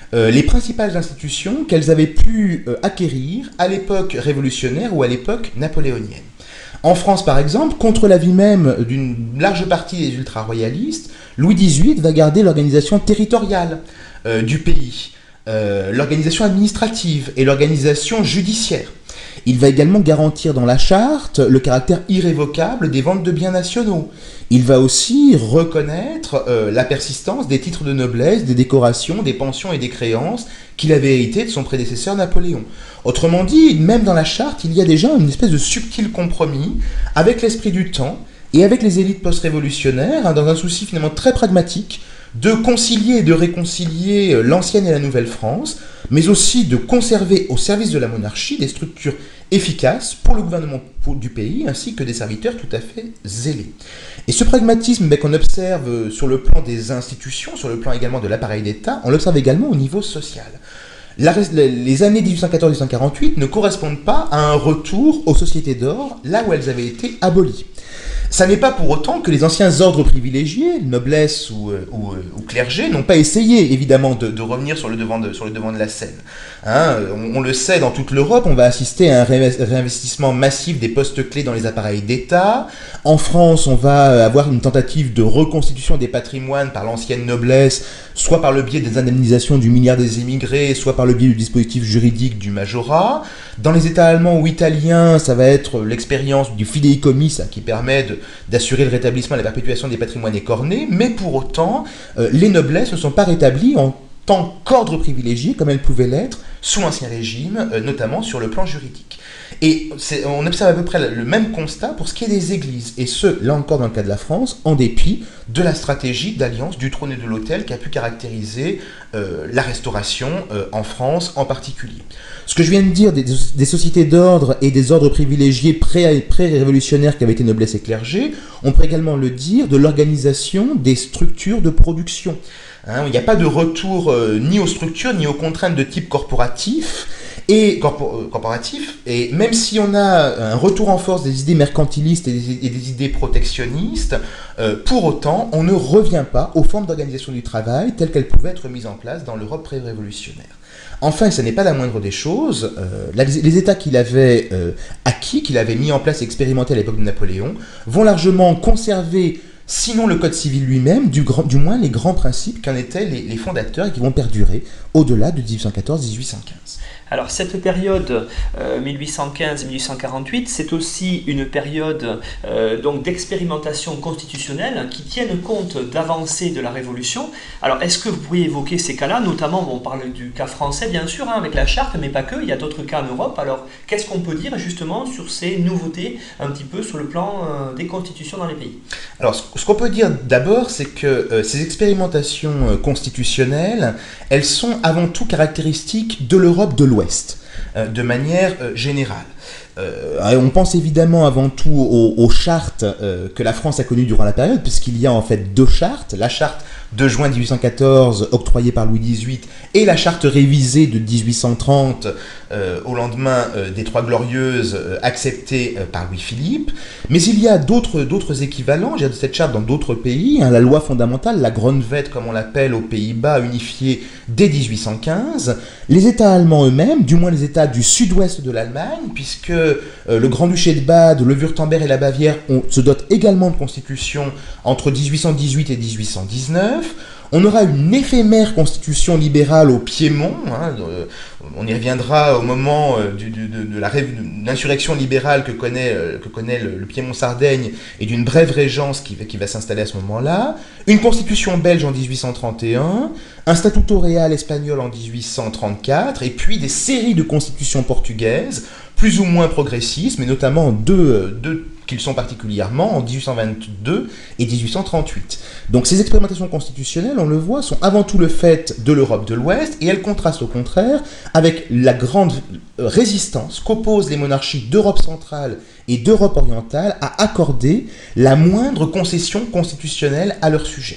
euh, les principales institutions qu'elles avaient pu euh, acquérir à l'époque révolutionnaire ou à l'époque napoléonienne. En France, par exemple, contre l'avis même d'une large partie des ultra-royalistes, Louis dix-huit va garder l'organisation territoriale euh, du pays, euh, l'organisation administrative et l'organisation judiciaire. Il va également garantir dans la charte le caractère irrévocable des ventes de biens nationaux. Il va aussi reconnaître euh, la persistance des titres de noblesse, des décorations, des pensions et des créances qu'il avait hérité de son prédécesseur Napoléon. Autrement dit, même dans la charte, il y a déjà une espèce de subtil compromis avec l'esprit du temps et avec les élites post-révolutionnaires, hein, dans un souci finalement très pragmatique de concilier et de réconcilier l'ancienne et la nouvelle France, mais aussi de conserver au service de la monarchie des structures efficaces pour le gouvernement du pays, ainsi que des serviteurs tout à fait zélés. Et ce pragmatisme ben, qu'on observe sur le plan des institutions, sur le plan également de l'appareil d'État, on l'observe également au niveau social. La, les années dix-huit cent quatorze à dix-huit cent quarante-huit ne correspondent pas à un retour aux sociétés d'ordre, là où elles avaient été abolies. Ça n'est pas pour autant que les anciens ordres privilégiés, noblesse ou, ou, ou clergé, n'ont pas essayé évidemment de, de revenir sur le devant de, sur le devant de la scène. Hein, on, on le sait, dans toute l'Europe, on va assister à un réinvestissement massif des postes clés dans les appareils d'État. En France, on va avoir une tentative de reconstitution des patrimoines par l'ancienne noblesse, soit par le biais des indemnisations du milliard des émigrés, soit par le biais du dispositif juridique du majorat. Dans les États allemands ou italiens, ça va être l'expérience du fideikommiss qui permet de d'assurer le rétablissement et la perpétuation des patrimoines écornés, mais pour autant, euh, les noblesses ne sont pas rétablies en tant qu'ordre privilégié, comme elles pouvaient l'être sous l'Ancien Régime, euh, notamment sur le plan juridique. Et on observe à peu près le même constat pour ce qui est des églises, et ce, là encore dans le cas de la France, en dépit de la stratégie d'alliance du trône et de l'autel qui a pu caractériser euh, la Restauration euh, en France en particulier. Ce que je viens de dire des, des sociétés d'ordre et des ordres privilégiés pré, pré-révolutionnaires qui avaient été noblesse et clergé, on peut également le dire de l'organisation des structures de production. Hein, il n'y a pas de retour euh, ni aux structures ni aux contraintes de type corporatif, et corpor- corporatif, et même si on a un retour en force des idées mercantilistes et des, et des idées protectionnistes, euh, pour autant, on ne revient pas aux formes d'organisation du travail telles qu'elles pouvaient être mises en place dans l'Europe pré-révolutionnaire. Enfin, ce n'est pas la moindre des choses, euh, les États qu'il avait euh, acquis, qu'il avait mis en place et expérimentés à l'époque de Napoléon, vont largement conserver, sinon le Code civil lui-même, du, grand, du moins les grands principes qu'en étaient les, les fondateurs et qui vont perdurer au-delà de dix-huit cent quatorze à dix-huit cent quinze. Alors cette période euh, mille huit cent quinze à mille huit cent quarante-huit, c'est aussi une période euh, donc d'expérimentation constitutionnelle qui tienne compte d'avancées de la Révolution. Alors est-ce que vous pourriez évoquer ces cas-là, notamment on parle du cas français bien sûr, hein, avec la charte, mais pas que, il y a d'autres cas en Europe. Alors qu'est-ce qu'on peut dire justement sur ces nouveautés un petit peu sur le plan euh, des constitutions dans les pays? Alors ce qu'on peut dire d'abord, c'est que euh, ces expérimentations euh, constitutionnelles, elles sont avant tout caractéristiques de l'Europe de l'Ouest. Ouest, euh, de manière euh, générale. Euh, on pense évidemment avant tout aux, aux chartes euh, que la France a connues durant la période, puisqu'il y a en fait deux chartes, la charte de juin dix-huit cent quatorze octroyée par Louis dix-huit et la charte révisée de dix-huit cent trente euh, au lendemain euh, des Trois Glorieuses euh, acceptée euh, par Louis-Philippe. Mais il y a d'autres, d'autres équivalents, j'ai de cette charte dans d'autres pays, hein, la loi fondamentale, la Grondwet comme on l'appelle aux Pays-Bas, unifiée dès dix-huit cent quinze. Les États allemands eux-mêmes, du moins les États du sud-ouest de l'Allemagne, puisque euh, le Grand-Duché de Bade, le Wurtemberg et la Bavière on, se dotent également de constitutions entre dix-huit cent dix-huit et dix-huit cent dix-neuf. On aura une éphémère constitution libérale au Piémont, hein, euh, on y reviendra au moment euh, du, du, de, de, la, de l'insurrection libérale que connaît, euh, que connaît le, le Piémont-Sardaigne et d'une brève régence qui, qui va s'installer à ce moment-là, une constitution belge en dix-huit cent trente et un, un statuto réal espagnol en dix-huit cent trente-quatre, et puis des séries de constitutions portugaises, plus ou moins progressistes, mais notamment deux, deux qu'ils sont particulièrement en dix-huit cent vingt-deux et dix-huit cent trente-huit. Donc ces expérimentations constitutionnelles, on le voit, sont avant tout le fait de l'Europe de l'Ouest, et elles contrastent au contraire avec la grande résistance qu'opposent les monarchies d'Europe centrale et d'Europe orientale à accorder la moindre concession constitutionnelle à leur sujet.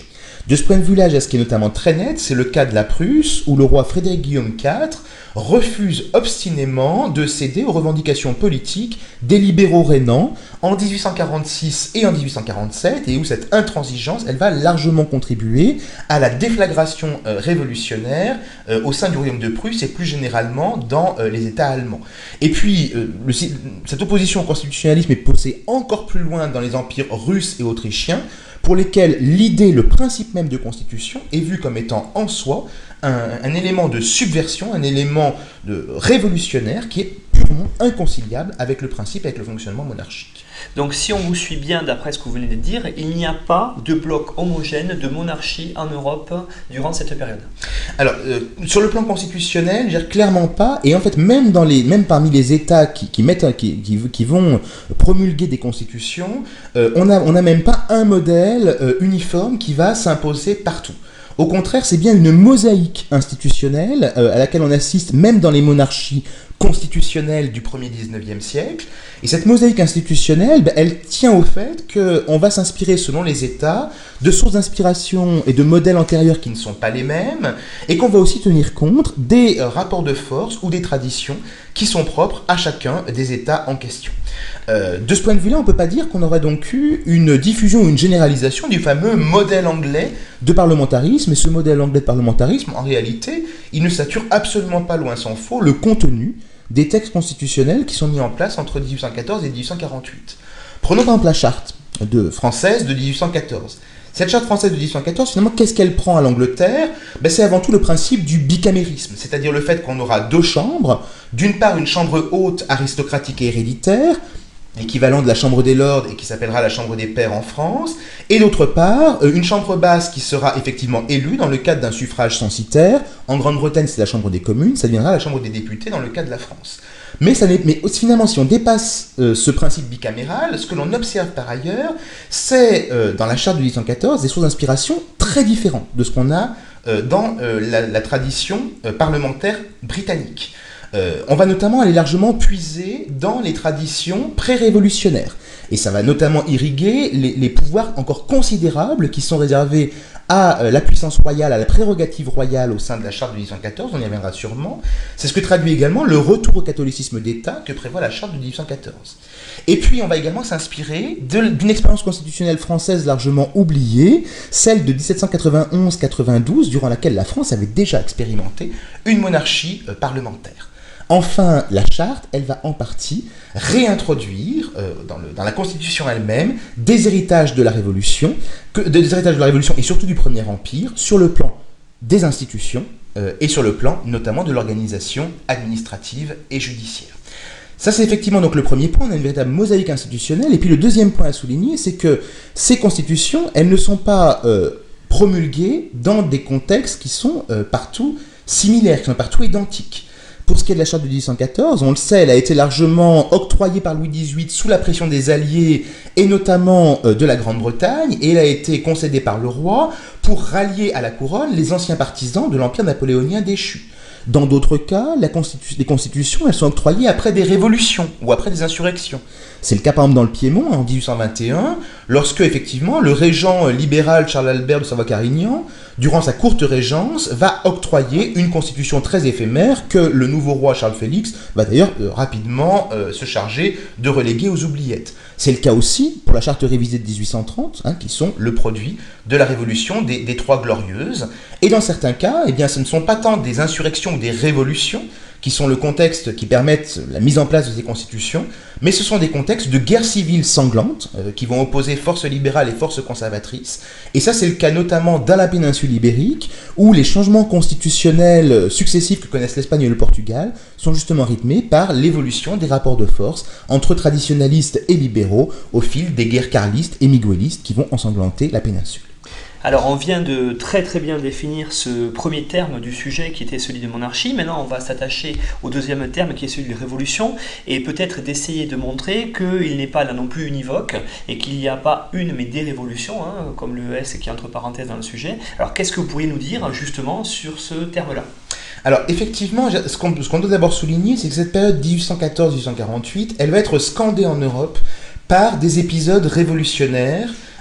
De ce point de vue-là, ce qui est notamment très net, c'est le cas de la Prusse, où le roi Frédéric Guillaume quatre refuse obstinément de céder aux revendications politiques des libéraux rhénans en dix-huit cent quarante-six et en dix-huit cent quarante-sept, et où cette intransigeance, elle va largement contribuer à la déflagration euh, révolutionnaire euh, au sein du royaume de Prusse et plus généralement dans euh, les États allemands. Et puis, euh, le, cette opposition au constitutionnalisme est poussée encore plus loin dans les empires russes et autrichiens, pour lesquels l'idée, le principe même de constitution est vu comme étant en soi un, un élément de subversion, un élément de révolutionnaire qui est purement inconciliable avec le principe, avec le fonctionnement monarchique. Donc si on vous suit bien d'après ce que vous venez de dire, il n'y a pas de bloc homogène de monarchie en Europe durant cette période. Alors, euh, sur le plan constitutionnel, je veux dire, clairement pas, et en fait même, dans les, même parmi les États qui, qui, mettent, qui, qui, qui vont promulguer des constitutions, euh, on n'a on a même pas un modèle euh, uniforme qui va s'imposer partout. Au contraire, c'est bien une mosaïque institutionnelle euh, à laquelle on assiste même dans les monarchies constitutionnelle du premier dix-neuvième siècle. Et cette mosaïque institutionnelle, ben, elle tient au fait qu'on va s'inspirer, selon les États, de sources d'inspiration et de modèles antérieurs qui ne sont pas les mêmes, et qu'on va aussi tenir compte des euh, rapports de force ou des traditions qui sont propres à chacun des États en question. Euh, de ce point de vue-là, on ne peut pas dire qu'on aurait donc eu une diffusion ou une généralisation du fameux modèle anglais de parlementarisme, et ce modèle anglais de parlementarisme, en réalité, il ne sature absolument pas, loin s'en faut, le contenu des textes constitutionnels qui sont mis en place entre dix-huit cent quatorze et dix-huit cent quarante-huit. Prenons par exemple la charte de, française de dix-huit cent quatorze. Cette charte française de dix-huit cent quatorze, finalement, qu'est-ce qu'elle prend à l'Angleterre ? Ben, c'est avant tout le principe du bicamérisme, c'est-à-dire le fait qu'on aura deux chambres, d'une part une chambre haute, aristocratique et héréditaire, l'équivalent de la Chambre des Lords et qui s'appellera la Chambre des Pairs en France, et d'autre part, une chambre basse qui sera effectivement élue dans le cadre d'un suffrage censitaire. En Grande-Bretagne, c'est la Chambre des communes, ça deviendra la Chambre des députés dans le cas de la France. Mais, ça n'est, mais finalement, si on dépasse euh, ce principe bicaméral, ce que l'on observe par ailleurs, c'est, euh, dans la charte de dix-huit cent quatorze, des sources d'inspiration très différentes de ce qu'on a euh, dans euh, la, la tradition euh, parlementaire britannique. Euh, on va notamment aller largement puiser dans les traditions pré-révolutionnaires. Et ça va notamment irriguer les, les pouvoirs encore considérables qui sont réservés à euh, la puissance royale, à la prérogative royale au sein de la charte de dix-huit cent quatorze, on y reviendra sûrement. C'est ce que traduit également le retour au catholicisme d'État que prévoit la charte de dix-huit cent quatorze. Et puis on va également s'inspirer de, d'une expérience constitutionnelle française largement oubliée, celle de dix-sept cent quatre-vingt-onze quatre-vingt-douze, durant laquelle la France avait déjà expérimenté une monarchie euh, parlementaire. Enfin, la charte, elle va en partie réintroduire euh, dans, le, dans la Constitution elle-même des héritages de la Révolution, que, des héritages de la Révolution et surtout du Premier Empire, sur le plan des institutions euh, et sur le plan notamment de l'organisation administrative et judiciaire. Ça, c'est effectivement donc le premier point, on a une véritable mosaïque institutionnelle. Et puis le deuxième point à souligner, c'est que ces constitutions, elles ne sont pas euh, promulguées dans des contextes qui sont euh, partout similaires, qui sont partout identiques. Pour ce qui est de la charte de dix-huit cent quatorze, on le sait, elle a été largement octroyée par Louis dix-huit sous la pression des Alliés et notamment euh, de la Grande-Bretagne, et elle a été concédée par le roi pour rallier à la couronne les anciens partisans de l'Empire napoléonien déchu. Dans d'autres cas, la constitu- les constitutions, elles sont octroyées après des révolutions ou après des insurrections. C'est le cas par exemple dans le Piémont en dix-huit cent vingt et un, lorsque effectivement le régent libéral Charles-Albert de Savoie-Carignan, durant sa courte régence, va octroyer une constitution très éphémère que le nouveau roi Charles-Félix va d'ailleurs euh, rapidement euh, se charger de reléguer aux oubliettes. C'est le cas aussi pour la charte révisée de dix-huit cent trente, hein, qui sont le produit de la révolution des, des Trois Glorieuses. Et dans certains cas, eh bien, ce ne sont pas tant des insurrections ou des révolutions qui sont le contexte qui permettent la mise en place de ces constitutions, mais ce sont des contextes de guerre civile sanglante euh, qui vont opposer forces libérales et forces conservatrices. Et ça, c'est le cas notamment dans la péninsule ibérique, où les changements constitutionnels successifs que connaissent l'Espagne et le Portugal sont justement rythmés par l'évolution des rapports de force entre traditionalistes et libéraux au fil des guerres carlistes et miguelistes qui vont ensanglanter la péninsule. Alors on vient de très très bien définir ce premier terme du sujet qui était celui de monarchie. Maintenant on va s'attacher au deuxième terme qui est celui de révolution et peut-être d'essayer de montrer qu'il n'est pas là non plus univoque et qu'il n'y a pas une mais des révolutions, hein, comme le S qui est entre parenthèses dans le sujet. Alors qu'est-ce que vous pourriez nous dire justement sur ce terme-là ? Alors effectivement, ce qu'on, ce qu'on doit d'abord souligner, c'est que cette période dix-huit cent quatorze à dix-huit cent quarante-huit, elle va être scandée en Europe par des épisodes révolutionnaires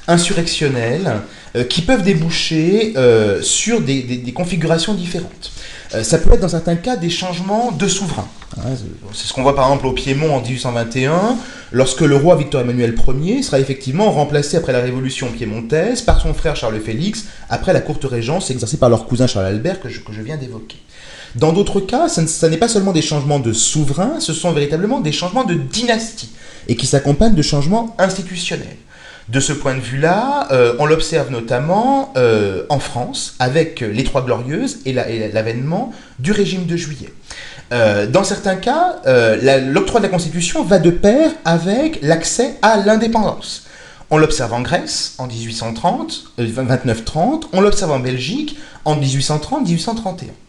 insurrectionnels, euh, qui peuvent déboucher euh, sur des, des, des configurations différentes. Euh, ça peut être dans certains cas des changements de souverain. Hein, c'est ce qu'on voit par exemple au Piémont en dix-huit cent vingt et un, lorsque le roi Victor Emmanuel Ier sera effectivement remplacé après la révolution piémontaise par son frère Charles Félix, après la courte régence exercée par leur cousin Charles Albert que je, que je viens d'évoquer. Dans d'autres cas, ça, ça n'est pas seulement des changements de souverain, ce sont véritablement des changements de dynastie, et qui s'accompagnent de changements institutionnels. De ce point de vue-là, euh, on l'observe notamment euh, en France, avec les Trois Glorieuses et, la, et l'avènement du régime de Juillet. Euh, dans certains cas, euh, la, l'octroi de la Constitution va de pair avec l'accès à l'indépendance. On l'observe en Grèce en dix-huit cent trente, euh, vingt-neuf trente, on l'observe en Belgique en dix-huit cent trente dix-huit cent trente et un.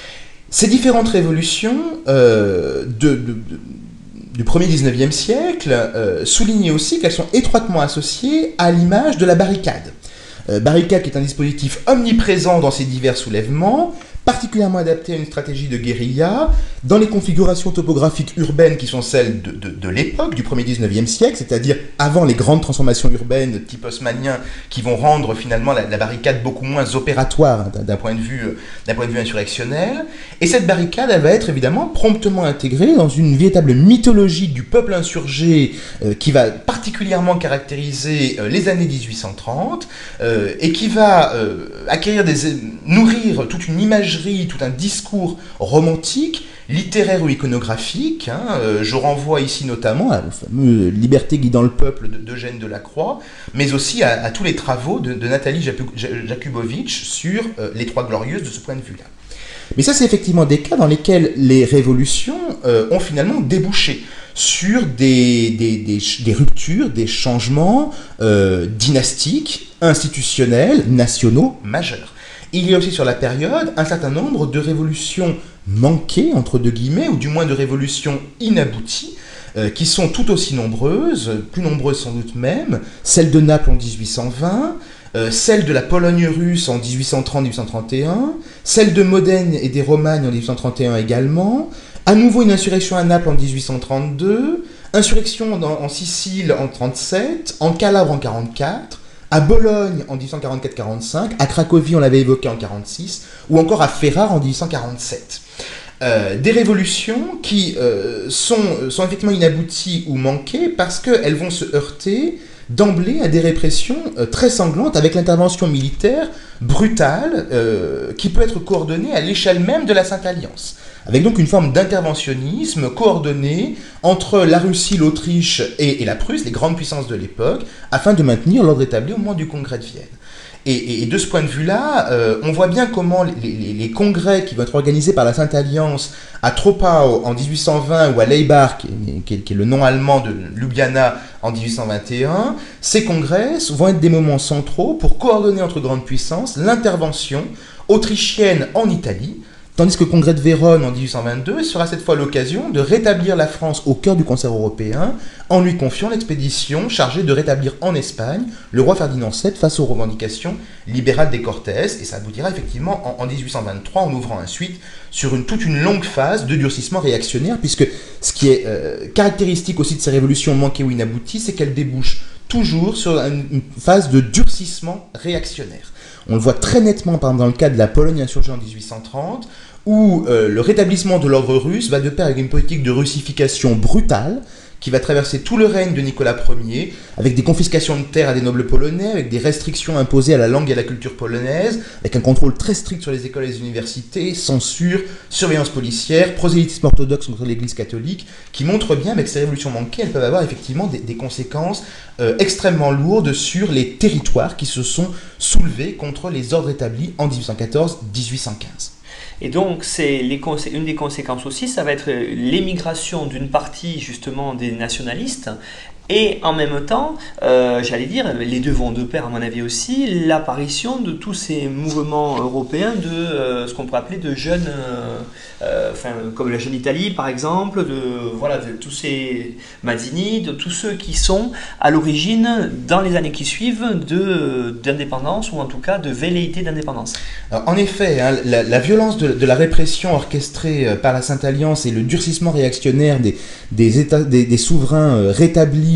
Ces différentes révolutions euh, de, de, de, du premier dix-neuvième siècle euh, soulignent aussi qu'elles sont étroitement associées à l'image de la barricade. Euh, barricade qui est un dispositif omniprésent dans ces divers soulèvements, particulièrement adapté à une stratégie de guérilla, dans les configurations topographiques urbaines qui sont celles de, de, de l'époque, du premier dix-neuvième siècle, c'est-à-dire avant les grandes transformations urbaines de type haussmannien qui vont rendre finalement la, la barricade beaucoup moins opératoire hein, d'un, point de vue, d'un point de vue insurrectionnel. Et cette barricade, elle va être évidemment promptement intégrée dans une véritable mythologie du peuple insurgé euh, qui va particulièrement caractériser euh, les années dix-huit cent trente euh, et qui va euh, acquérir des, nourrir toute une imagerie, tout un discours romantique, littéraire ou iconographique. Hein. Euh, je renvoie ici notamment à la fameuse Liberté guidant le peuple de, d'Eugène Delacroix, mais aussi à, à tous les travaux de, de Nathalie Jakubowicz sur euh, les Trois Glorieuses de ce point de vue-là. Mais ça, c'est effectivement des cas dans lesquels les révolutions euh, ont finalement débouché sur des, des, des, des ruptures, des changements euh, dynastiques, institutionnels, nationaux majeurs. Il y a aussi sur la période un certain nombre de révolutions manquées, entre deux guillemets, ou du moins de révolutions inabouties, euh, qui sont tout aussi nombreuses, plus nombreuses sans doute même, celle de Naples en dix-huit cent vingt, euh, celle de la Pologne russe en dix-huit cent trente dix-huit cent trente et un, celle de Modène et des Romagnes en dix-huit cent trente et un également, à nouveau une insurrection à Naples en dix-huit cent trente-deux, insurrection en, en Sicile en trente-sept, en Calabre en quarante-quatre, à Bologne en dix-huit cent quarante-quatre quarante-cinq, à Cracovie, on l'avait évoqué en quarante-six, ou encore à Ferrare en dix-huit cent quarante-sept. Euh, des révolutions qui euh, sont, sont effectivement inabouties ou manquées parce qu'elles vont se heurter d'emblée à des répressions euh, très sanglantes avec l'intervention militaire brutale euh, qui peut être coordonnée à l'échelle même de la Sainte Alliance. Avec donc une forme d'interventionnisme coordonné entre la Russie, l'Autriche et, et la Prusse, les grandes puissances de l'époque, afin de maintenir l'ordre établi au moment du congrès de Vienne. Et, et, et de ce point de vue-là, euh, on voit bien comment les, les, les congrès qui vont être organisés par la Sainte Alliance à Troppau en dix-huit cent vingt ou à Leibach, qui est, qui est, qui est le nom allemand de Ljubljana en dix-huit cent vingt et un, ces congrès vont être des moments centraux pour coordonner entre grandes puissances l'intervention autrichienne en Italie, tandis que le congrès de Vérone en dix-huit cent vingt-deux sera cette fois l'occasion de rétablir la France au cœur du concert européen en lui confiant l'expédition chargée de rétablir en Espagne le roi Ferdinand sept face aux revendications libérales des Cortés. Et ça aboutira effectivement en, en dix-huit cent vingt-trois en ouvrant ensuite sur une, toute une longue phase de durcissement réactionnaire, puisque ce qui est euh, caractéristique aussi de ces révolutions manquées ou inabouties, c'est qu'elles débouchent toujours sur une, une phase de durcissement réactionnaire. On le voit très nettement par exemple dans le cas de la Pologne insurgée en dix-huit cent trente, où euh, le rétablissement de l'ordre russe va de pair avec une politique de russification brutale qui va traverser tout le règne de Nicolas Ier, avec des confiscations de terres à des nobles polonais, avec des restrictions imposées à la langue et à la culture polonaise, avec un contrôle très strict sur les écoles et les universités, censure, surveillance policière, prosélytisme orthodoxe contre l'Église catholique, qui montrent bien avec ces révolutions manquées, elles peuvent avoir effectivement des, des conséquences euh, extrêmement lourdes sur les territoires qui se sont soulevés contre les ordres établis en dix-huit cent quatorze dix-huit cent quinze. Et donc, c'est les consé- une des conséquences aussi, ça va être l'émigration d'une partie justement des nationalistes. Et en même temps, euh, j'allais dire, les deux vont de pair à mon avis aussi, l'apparition de tous ces mouvements européens de euh, ce qu'on pourrait appeler de jeunes, euh, euh, enfin, comme la Jeune Italie par exemple, de, voilà, de tous ces Mazzini, de tous ceux qui sont à l'origine, dans les années qui suivent, de, d'indépendance ou en tout cas de velléité d'indépendance. Alors, en effet, hein, la, la violence de, de la répression orchestrée par la Sainte Alliance et le durcissement réactionnaire des, des, états, des, des souverains euh, rétablis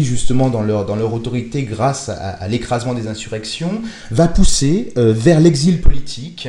justement dans leur, dans leur autorité grâce à, à l'écrasement des insurrections, va pousser euh, vers l'exil politique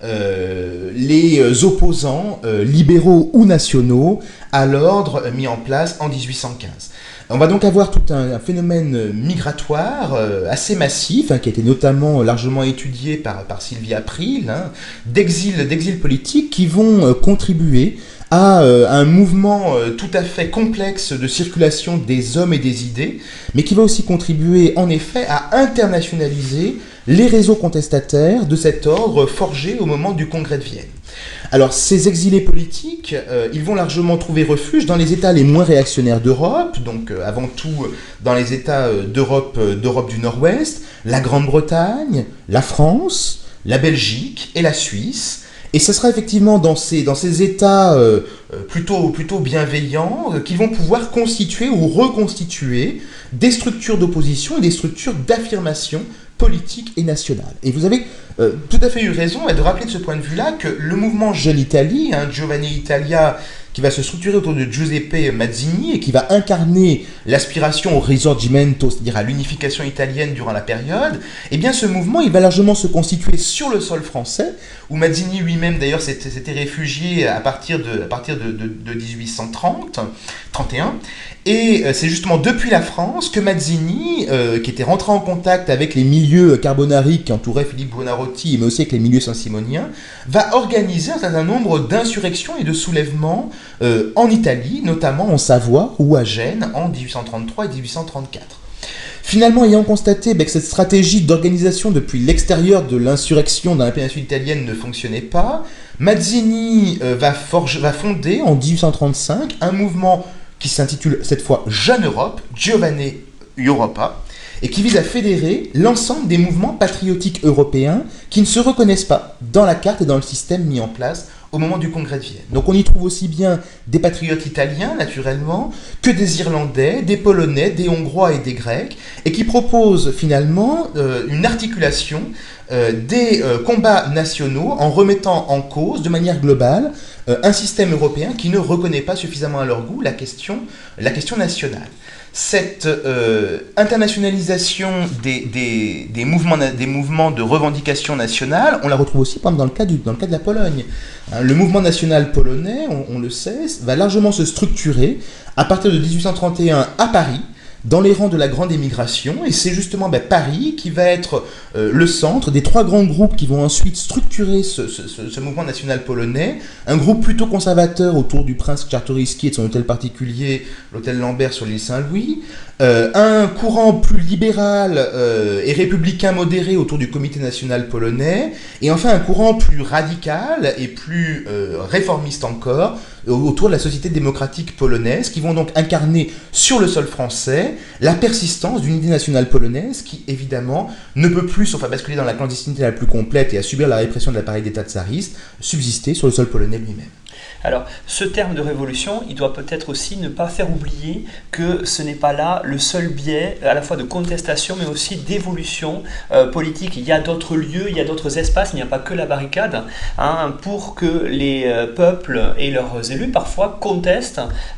euh, les opposants euh, libéraux ou nationaux à l'ordre mis en place en dix-huit cent quinze. On va donc avoir tout un, un phénomène migratoire euh, assez massif, hein, qui a été notamment largement étudié par, par Sylvie April, hein, d'exil, d'exil politique qui vont euh, contribuer à euh, un mouvement euh, tout à fait complexe de circulation des hommes et des idées, mais qui va aussi contribuer en effet à internationaliser les réseaux contestataires de cet ordre forgé au moment du Congrès de Vienne. Alors, ces exilés politiques, euh, ils vont largement trouver refuge dans les États les moins réactionnaires d'Europe, donc euh, avant tout dans les États euh, d'Europe, euh, d'Europe du Nord-Ouest, la Grande-Bretagne, la France, la Belgique et la Suisse. Et ce sera effectivement dans ces, dans ces États euh, plutôt, plutôt bienveillants euh, qu'ils vont pouvoir constituer ou reconstituer des structures d'opposition et des structures d'affirmation politique et nationale. Et vous avez euh, tout à fait eu raison et de rappeler de ce point de vue-là que le mouvement Jeune Italie, hein, Giovanni Italia, qui va se structurer autour de Giuseppe Mazzini et qui va incarner l'aspiration au risorgimento, c'est-à-dire à l'unification italienne durant la période, eh bien ce mouvement il va largement se constituer sur le sol français, où Mazzini lui-même d'ailleurs s'était, s'était réfugié à partir de, à partir de, de, de dix-huit cent trente, trente et un, et c'est justement depuis la France que Mazzini, euh, qui était rentré en contact avec les milieux carbonari qui entouraient Philippe Buonarroti, mais aussi avec les milieux saint-simoniens, va organiser un certain nombre d'insurrections et de soulèvements euh, en Italie, notamment en Savoie ou à Gênes en dix-huit cent trente-trois et dix-huit cent trente-quatre. Finalement, ayant constaté ben, que cette stratégie d'organisation depuis l'extérieur de l'insurrection dans la péninsule italienne ne fonctionnait pas, Mazzini euh, va, forge, va fonder en dix-huit cent trente-cinq un mouvement qui s'intitule cette fois Jeune Europe, Giovane Europa, et qui vise à fédérer l'ensemble des mouvements patriotiques européens qui ne se reconnaissent pas dans la carte et dans le système mis en place au moment du Congrès de Vienne. Donc on y trouve aussi bien des patriotes italiens, naturellement, que des Irlandais, des Polonais, des Hongrois et des Grecs, et qui proposent finalement euh, une articulation euh, des euh, combats nationaux en remettant en cause de manière globale euh, un système européen qui ne reconnaît pas suffisamment à leur goût la question, la question nationale. Cette euh, internationalisation des, des, des, mouvements, des mouvements de revendication nationale, on la retrouve aussi par exemple, dans, le cas du, dans le cas de la Pologne. Hein, le mouvement national polonais, on, on le sait, va largement se structurer à partir de dix-huit cent trente et un à Paris, dans les rangs de la grande émigration, et c'est justement ben, Paris qui va être euh, le centre des trois grands groupes qui vont ensuite structurer ce, ce, ce, ce mouvement national polonais, un groupe plutôt conservateur autour du prince Czartoryski et de son hôtel particulier, l'hôtel Lambert sur l'île Saint-Louis, euh, un courant plus libéral euh, et républicain modéré autour du comité national polonais, et enfin un courant plus radical et plus euh, réformiste encore, autour de la société démocratique polonaise, qui vont donc incarner sur le sol français la persistance d'une idée nationale polonaise qui, évidemment, ne peut plus, sauf à basculer dans la clandestinité la plus complète et à subir la répression de l'appareil d'État tsariste, subsister sur le sol polonais lui-même. Alors, ce terme de révolution, il doit peut-être aussi ne pas faire oublier que ce n'est pas là le seul biais, à la fois de contestation, mais aussi d'évolution euh, politique. Il y a d'autres lieux, il y a d'autres espaces, il n'y a pas que la barricade, hein, pour que les euh, peuples et leurs élus, parfois, contestent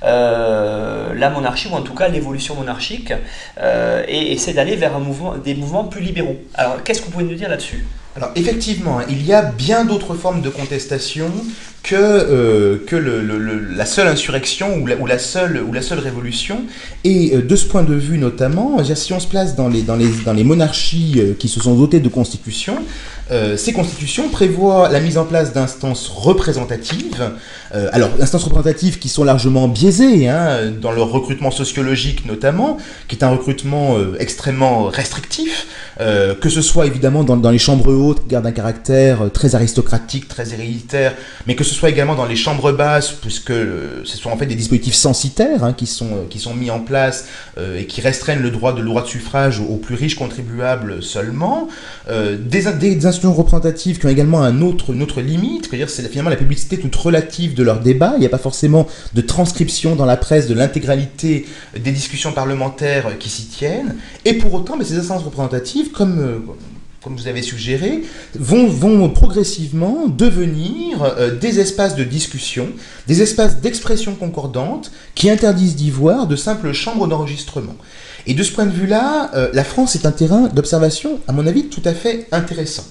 euh, la monarchie, ou en tout cas l'évolution monarchique, euh, et essaient d'aller vers un mouvement, des mouvements plus libéraux. Alors, qu'est-ce que vous pouvez nous dire là-dessus ? Alors effectivement, il y a bien d'autres formes de contestation que, euh, que le, le, le, la seule insurrection ou la, ou, la seule, ou la seule révolution. Et euh, de ce point de vue notamment, si on se place dans les, dans les, dans les monarchies euh, qui se sont dotées de constitutions, euh, ces constitutions prévoient la mise en place d'instances représentatives. Euh, alors, instances représentatives qui sont largement biaisées, hein, dans leur recrutement sociologique notamment, qui est un recrutement euh, extrêmement restrictif, euh, que ce soit évidemment dans, dans les chambres hautes, qui gardent un caractère très aristocratique, très héréditaire, mais que ce soit également dans les chambres basses, puisque euh, ce sont en fait des dispositifs censitaires hein, qui, sont, euh, qui sont mis en place euh, et qui restreignent le droit de, le droit de suffrage aux, aux plus riches contribuables seulement. Euh, des, des, des institutions représentatives qui ont également un autre, une autre limite, c'est-à-dire c'est finalement la publicité toute relative de leurs débats. Il n'y a pas forcément de transcription dans la presse de l'intégralité des discussions parlementaires qui s'y tiennent. Et pour autant, mais ces instances représentatives, comme... Euh, comme vous avez suggéré, vont, vont progressivement devenir euh, des espaces de discussion, des espaces d'expression concordante qui interdisent d'y voir de simples chambres d'enregistrement. Et de ce point de vue-là, euh, la France est un terrain d'observation, à mon avis, tout à fait intéressant.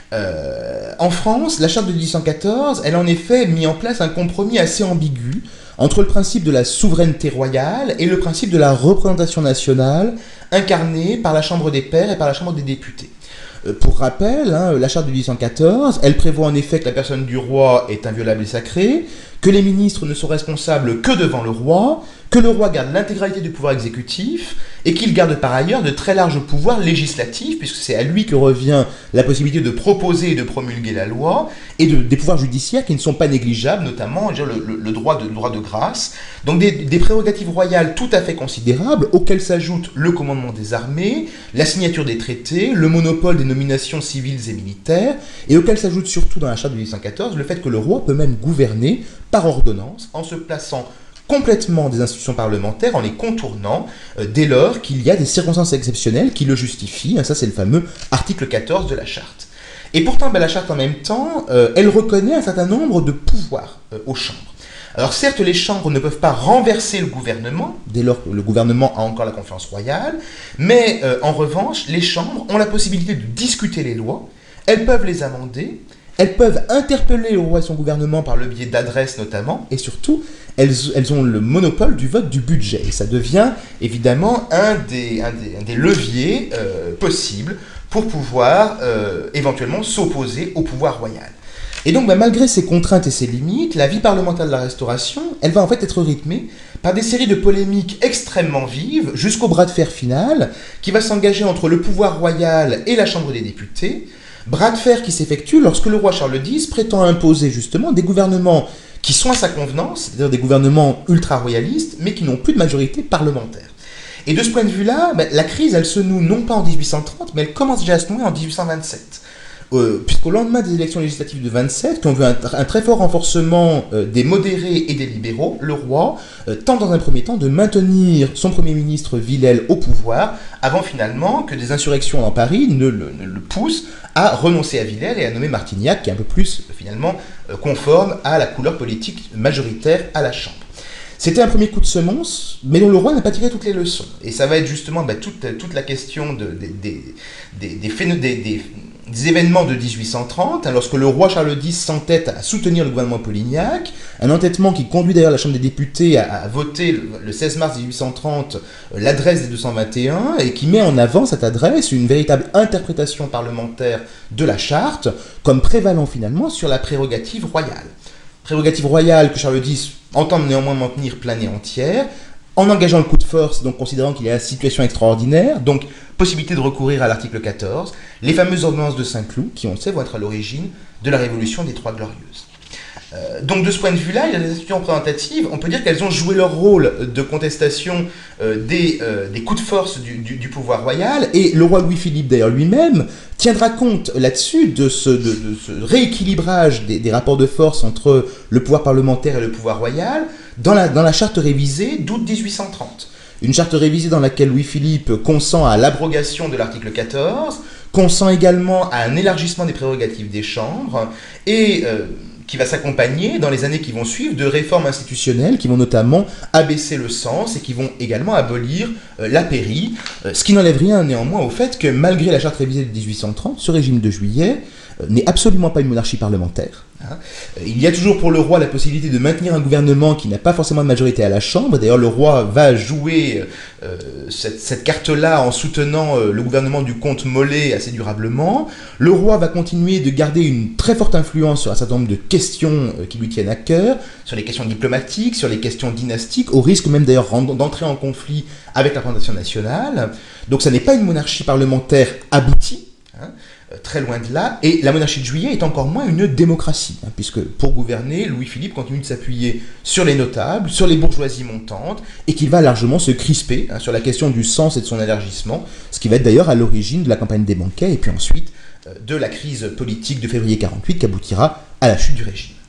Euh, en France, la charte de dix-huit cent quatorze, elle a en effet mis en place un compromis assez ambigu entre le principe de la souveraineté royale et le principe de la représentation nationale incarnée par la Chambre des Pairs et par la Chambre des députés. Pour rappel, hein, la charte de dix-huit cent quatorze, elle prévoit en effet que la personne du roi est inviolable et sacrée, que les ministres ne sont responsables que devant le roi, que le roi garde l'intégralité du pouvoir exécutif et qu'il garde par ailleurs de très larges pouvoirs législatifs, puisque c'est à lui que revient la possibilité de proposer et de promulguer la loi, et de, des pouvoirs judiciaires qui ne sont pas négligeables, notamment le, le, le, droit, de, le droit de grâce. Donc des, des prérogatives royales tout à fait considérables, auxquelles s'ajoute le commandement des armées, la signature des traités, le monopole des nominations civiles et militaires, et auxquelles s'ajoute surtout dans la charte de dix-huit cent quatorze le fait que le roi peut même gouverner par ordonnance, en se plaçant complètement des institutions parlementaires, en les contournant, euh, dès lors qu'il y a des circonstances exceptionnelles qui le justifient. Ça, c'est le fameux article quatorze de la charte. Et pourtant, ben, la charte, en même temps, euh, elle reconnaît un certain nombre de pouvoirs euh, aux chambres. Alors certes, les chambres ne peuvent pas renverser le gouvernement, dès lors que le gouvernement a encore la confiance royale, mais euh, en revanche, les chambres ont la possibilité de discuter les lois, elles peuvent les amender, elles peuvent interpeller le roi et son gouvernement par le biais d'adresses notamment, et surtout, elles, elles ont le monopole du vote du budget. Et ça devient évidemment un des, un des, un des leviers euh, possibles pour pouvoir euh, éventuellement s'opposer au pouvoir royal. Et donc, bah, malgré ces contraintes et ces limites, la vie parlementaire de la Restauration, elle va en fait être rythmée par des séries de polémiques extrêmement vives, jusqu'au bras de fer final, qui va s'engager entre le pouvoir royal et la Chambre des députés, bras de fer qui s'effectue lorsque le roi Charles X prétend imposer justement des gouvernements qui sont à sa convenance, c'est-à-dire des gouvernements ultra-royalistes, mais qui n'ont plus de majorité parlementaire. Et de ce point de vue-là, bah, la crise, elle se noue non pas en dix-huit cent trente, mais elle commence déjà à se nouer en dix-huit cent vingt-sept. Euh, puisqu'au lendemain des élections législatives de vingt-sept, qui ont vu un, un très fort renforcement euh, des modérés et des libéraux, le roi euh, tente dans un premier temps de maintenir son premier ministre Villèle au pouvoir, avant finalement que des insurrections dans Paris ne le, ne le poussent à renoncer à Villèle et à nommer Martignac, qui est un peu plus finalement euh, conforme à la couleur politique majoritaire à la Chambre. C'était un premier coup de semonce, mais dont le roi n'a pas tiré toutes les leçons. Et ça va être justement bah, toute, toute la question de, des, des, des, des, des, des, des événements de dix-huit cent trente, hein, lorsque le roi Charles X s'entête à soutenir le gouvernement Polignac, un entêtement qui conduit d'ailleurs la Chambre des députés à, à voter le, le seize mars dix-huit cent trente euh, l'adresse des deux cent vingt et un, et qui met en avant cette adresse une véritable interprétation parlementaire de la charte, comme prévalant finalement sur la prérogative royale. Prérogative royale que Charles X entend néanmoins maintenir pleine et entière, en engageant le coup de force, donc considérant qu'il y a une situation extraordinaire, donc possibilité de recourir à l'article quatorze, les fameuses ordonnances de Saint-Cloud, qui on le sait vont être à l'origine de la révolution des Trois Glorieuses. Euh, donc de ce point de vue-là, il y a des institutions représentatives, on peut dire qu'elles ont joué leur rôle de contestation euh, des, euh, des coups de force du, du, du pouvoir royal, et le roi Louis-Philippe d'ailleurs lui-même tiendra compte là-dessus de ce, de, de ce rééquilibrage des, des rapports de force entre le pouvoir parlementaire et le pouvoir royal dans la, dans la charte révisée d'août dix-huit cent trente. Une charte révisée dans laquelle Louis-Philippe consent à l'abrogation de l'article quatorze, consent également à un élargissement des prérogatives des chambres, et euh, qui va s'accompagner dans les années qui vont suivre de réformes institutionnelles qui vont notamment abaisser le cens et qui vont également abolir euh, la pairie, euh, ce qui n'enlève rien néanmoins au fait que malgré la charte révisée de dix-huit cent trente, ce régime de Juillet euh, n'est absolument pas une monarchie parlementaire. Hein. Il y a toujours pour le roi la possibilité de maintenir un gouvernement qui n'a pas forcément de majorité à la Chambre. D'ailleurs, le roi va jouer euh, cette, cette carte-là en soutenant euh, le gouvernement du comte Molé assez durablement. Le roi va continuer de garder une très forte influence sur un certain nombre de questions euh, qui lui tiennent à cœur, sur les questions diplomatiques, sur les questions dynastiques, au risque même d'ailleurs d'entrer en conflit avec la représentation nationale. Donc ça n'est pas une monarchie parlementaire aboutie, hein, très loin de là, et la monarchie de Juillet est encore moins une démocratie, hein, puisque pour gouverner, Louis-Philippe continue de s'appuyer sur les notables, sur les bourgeoisies montantes, et qu'il va largement se crisper hein, sur la question du cens et de son élargissement, ce qui va être d'ailleurs à l'origine de la campagne des banquets, et puis ensuite euh, de la crise politique de février quarante-huit qui aboutira à la chute du régime.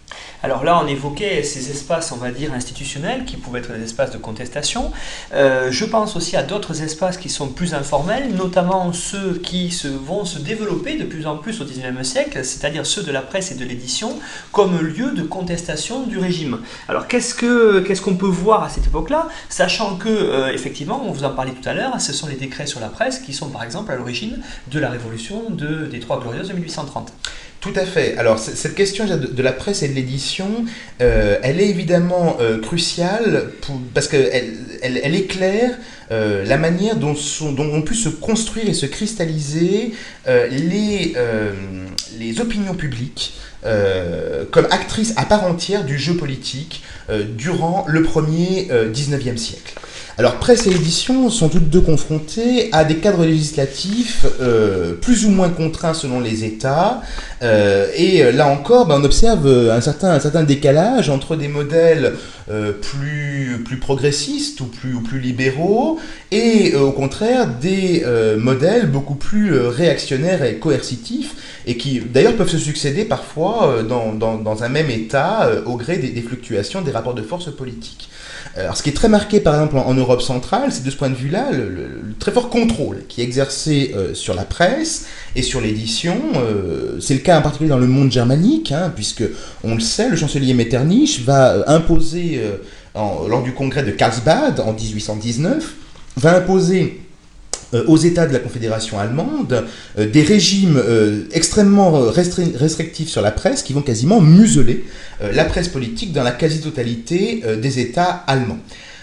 Alors là, on évoquait ces espaces, on va dire, institutionnels, qui pouvaient être des espaces de contestation. Euh, je pense aussi à d'autres espaces qui sont plus informels, notamment ceux qui se, vont se développer de plus en plus au dix-neuvième siècle, c'est-à-dire ceux de la presse et de l'édition, comme lieu de contestation du régime. Alors qu'est-ce que, qu'est-ce qu'on peut voir à cette époque-là, sachant que, euh, effectivement, on vous en parlait tout à l'heure, ce sont les décrets sur la presse qui sont par exemple à l'origine de la révolution de, des Trois Glorieuses de mille huit cent trente. Tout à fait. Alors, c- cette question de, de la presse et de l'édition, euh, elle est évidemment euh, cruciale pour, parce qu'elle elle, elle éclaire euh, la manière dont, sont, dont ont pu se construire et se cristalliser euh, les, euh, les opinions publiques euh, comme actrices à part entière du jeu politique euh, durant le premier euh, dix-neuvième siècle. Alors, presse et édition sont toutes deux confrontées à des cadres législatifs euh, plus ou moins contraints selon les États. Euh, et là encore, ben, on observe un certain, un certain décalage entre des modèles euh, plus, plus progressistes ou plus, ou plus libéraux et euh, au contraire des euh, modèles beaucoup plus euh, réactionnaires et coercitifs et qui d'ailleurs peuvent se succéder parfois euh, dans, dans, dans un même État euh, au gré des, des fluctuations des rapports de force politiques. Alors, ce qui est très marqué, par exemple, en, en Europe centrale, c'est de ce point de vue-là le, le, le très fort contrôle qui est exercé euh, sur la presse et sur l'édition. Euh, c'est le cas en particulier dans le monde germanique, hein, puisque, on le sait, le chancelier Metternich va euh, imposer, euh, en, lors du congrès de Karlsbad en dix-huit cent dix-neuf, va imposer aux États de la Confédération allemande euh, des régimes euh, extrêmement restri- restrictifs sur la presse qui vont quasiment museler euh, la presse politique dans la quasi-totalité euh, des États allemands.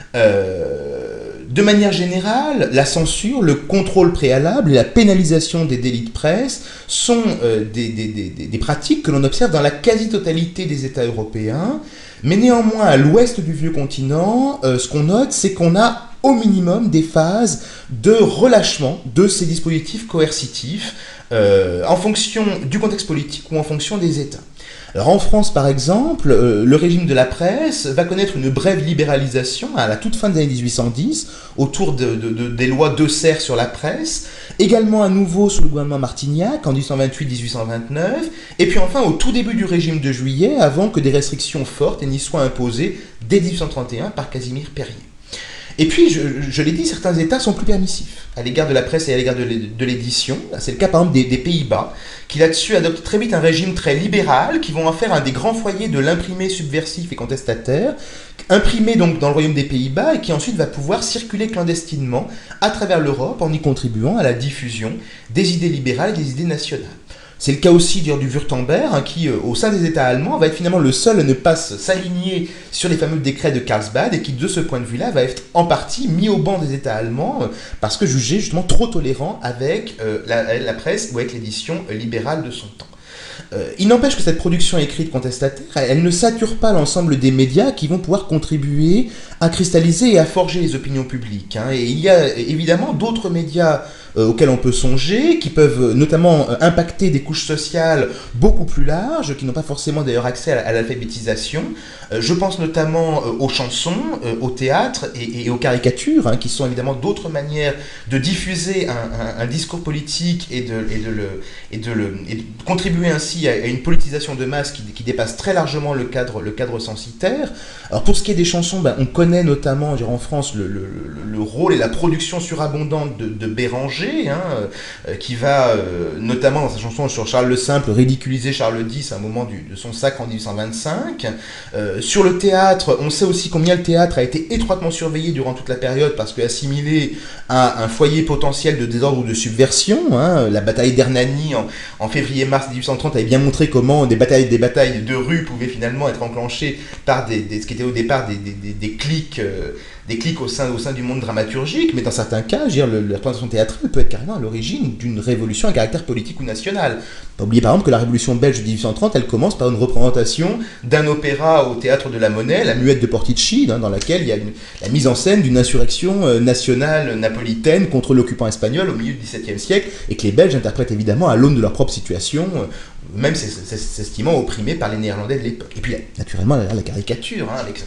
Euh, de manière générale, la censure, le contrôle préalable et la pénalisation des délits de presse sont euh, des, des, des, des pratiques que l'on observe dans la quasi-totalité des États européens, mais néanmoins à l'ouest du vieux continent, euh, ce qu'on note, c'est qu'on a au minimum des phases de relâchement de ces dispositifs coercitifs euh, en fonction du contexte politique ou en fonction des États. Alors en France, par exemple, euh, le régime de la presse va connaître une brève libéralisation à la toute fin des années dix-huit cent dix, autour de, de, de, des lois d'Auxerre sur la presse, également à nouveau sous le gouvernement Martignac en dix-huit cent vingt-huit dix-huit cent vingt-neuf, et puis enfin au tout début du régime de Juillet, avant que des restrictions fortes n'y soient imposées dès dix-huit cent trente et un par Casimir Perier. Et puis, je, je l'ai dit, certains États sont plus permissifs à l'égard de la presse et à l'égard de l'édition. C'est le cas par exemple des, des Pays-Bas, qui là-dessus adoptent très vite un régime très libéral, qui vont en faire un des grands foyers de l'imprimé subversif et contestataire, imprimé donc dans le royaume des Pays-Bas et qui ensuite va pouvoir circuler clandestinement à travers l'Europe en y contribuant à la diffusion des idées libérales et des idées nationales. C'est le cas aussi du Wurtemberg, hein, qui, euh, au sein des États allemands, va être finalement le seul à ne pas s'aligner sur les fameux décrets de Karlsbad et qui, de ce point de vue-là, va être en partie mis au banc des États allemands euh, parce que jugé justement trop tolérant avec euh, la, la presse ou avec l'édition euh, libérale de son temps. Euh, il n'empêche que cette production écrite contestataire, elle ne sature pas l'ensemble des médias qui vont pouvoir contribuer à cristalliser et à forger les opinions publiques. Hein. Et il y a évidemment d'autres médias euh, auxquels on peut songer, qui peuvent notamment euh, impacter des couches sociales beaucoup plus larges, qui n'ont pas forcément d'ailleurs accès à, à l'alphabétisation. Euh, je pense notamment euh, aux chansons, euh, au théâtre et, et aux caricatures, hein, qui sont évidemment d'autres manières de diffuser un, un, un discours politique et de, et de, le, et de, le, et de contribuer ainsi à, à une politisation de masse qui, qui dépasse très largement le cadre, le cadre censitaire. Alors pour ce qui est des chansons, ben, on connaît notamment en France le, le, le rôle et la production surabondante de, de Béranger, hein, euh, qui va euh, notamment dans sa chanson sur Charles le Simple ridiculiser Charles X à un moment du, de son sacre en dix-huit cent vingt-cinq. Euh, sur le théâtre, on sait aussi combien le théâtre a été étroitement surveillé durant toute la période parce qu'assimilé à un foyer potentiel de désordre ou de subversion. Hein, la bataille d'Hernani en, en février-mars dix-huit cent trente avait bien montré comment des batailles, des batailles de rue pouvaient finalement être enclenchées par des, des, ce qui était au départ des, des, des, des cliques, euh, des cliques au sein, au sein du monde dramaturgique, mais dans certains cas, je veux dire, le, la représentation théâtrale peut être carrément à l'origine d'une révolution à caractère politique ou national. Pas oublier par exemple que la révolution belge de dix-huit cent trente, elle commence par une représentation d'un opéra au théâtre de la Monnaie, la Muette de Portici, hein, dans laquelle il y a une, la mise en scène d'une insurrection euh, nationale napolitaine contre l'occupant espagnol au milieu du dix-septième siècle, et que les Belges interprètent évidemment à l'aune de leur propre situation, euh, même s'estimant opprimés par les Néerlandais de l'époque. Et puis naturellement la, la caricature, hein, avec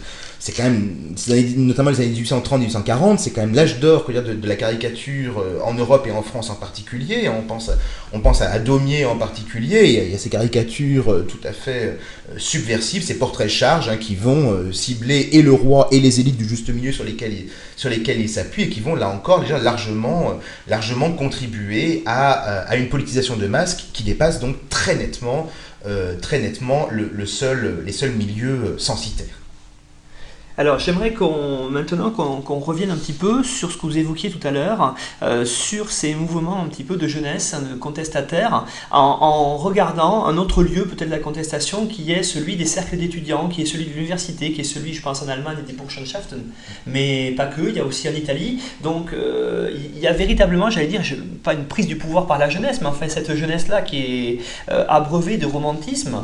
c'est quand même, c'est notamment les années dix-huit cent trente à dix-huit cent quarante, c'est quand même l'âge d'or de, de la caricature en Europe et en France en particulier. On pense à, on pense à Daumier en particulier, il y a, il y a ces caricatures tout à fait subversives, ces portraits charges hein, qui vont cibler et le roi et les élites du juste milieu sur lesquels il, sur lesquels il s'appuie et qui vont là encore déjà largement, largement contribuer à, à une politisation de masse qui, qui dépasse donc très nettement, euh, très nettement le, le seul, les seuls milieux censitaires. Alors j'aimerais qu'on, maintenant qu'on, qu'on revienne un petit peu sur ce que vous évoquiez tout à l'heure, euh, sur ces mouvements un petit peu de jeunesse, de contestataires, en, en regardant un autre lieu peut-être de la contestation qui est celui des cercles d'étudiants, qui est celui de l'université, qui est celui, je pense en Allemagne, des Burschenschaften, mais pas que, il y a aussi en Italie. Donc euh, il y a véritablement, j'allais dire, je, pas une prise du pouvoir par la jeunesse, mais enfin cette jeunesse-là qui est euh, abreuvée de romantisme,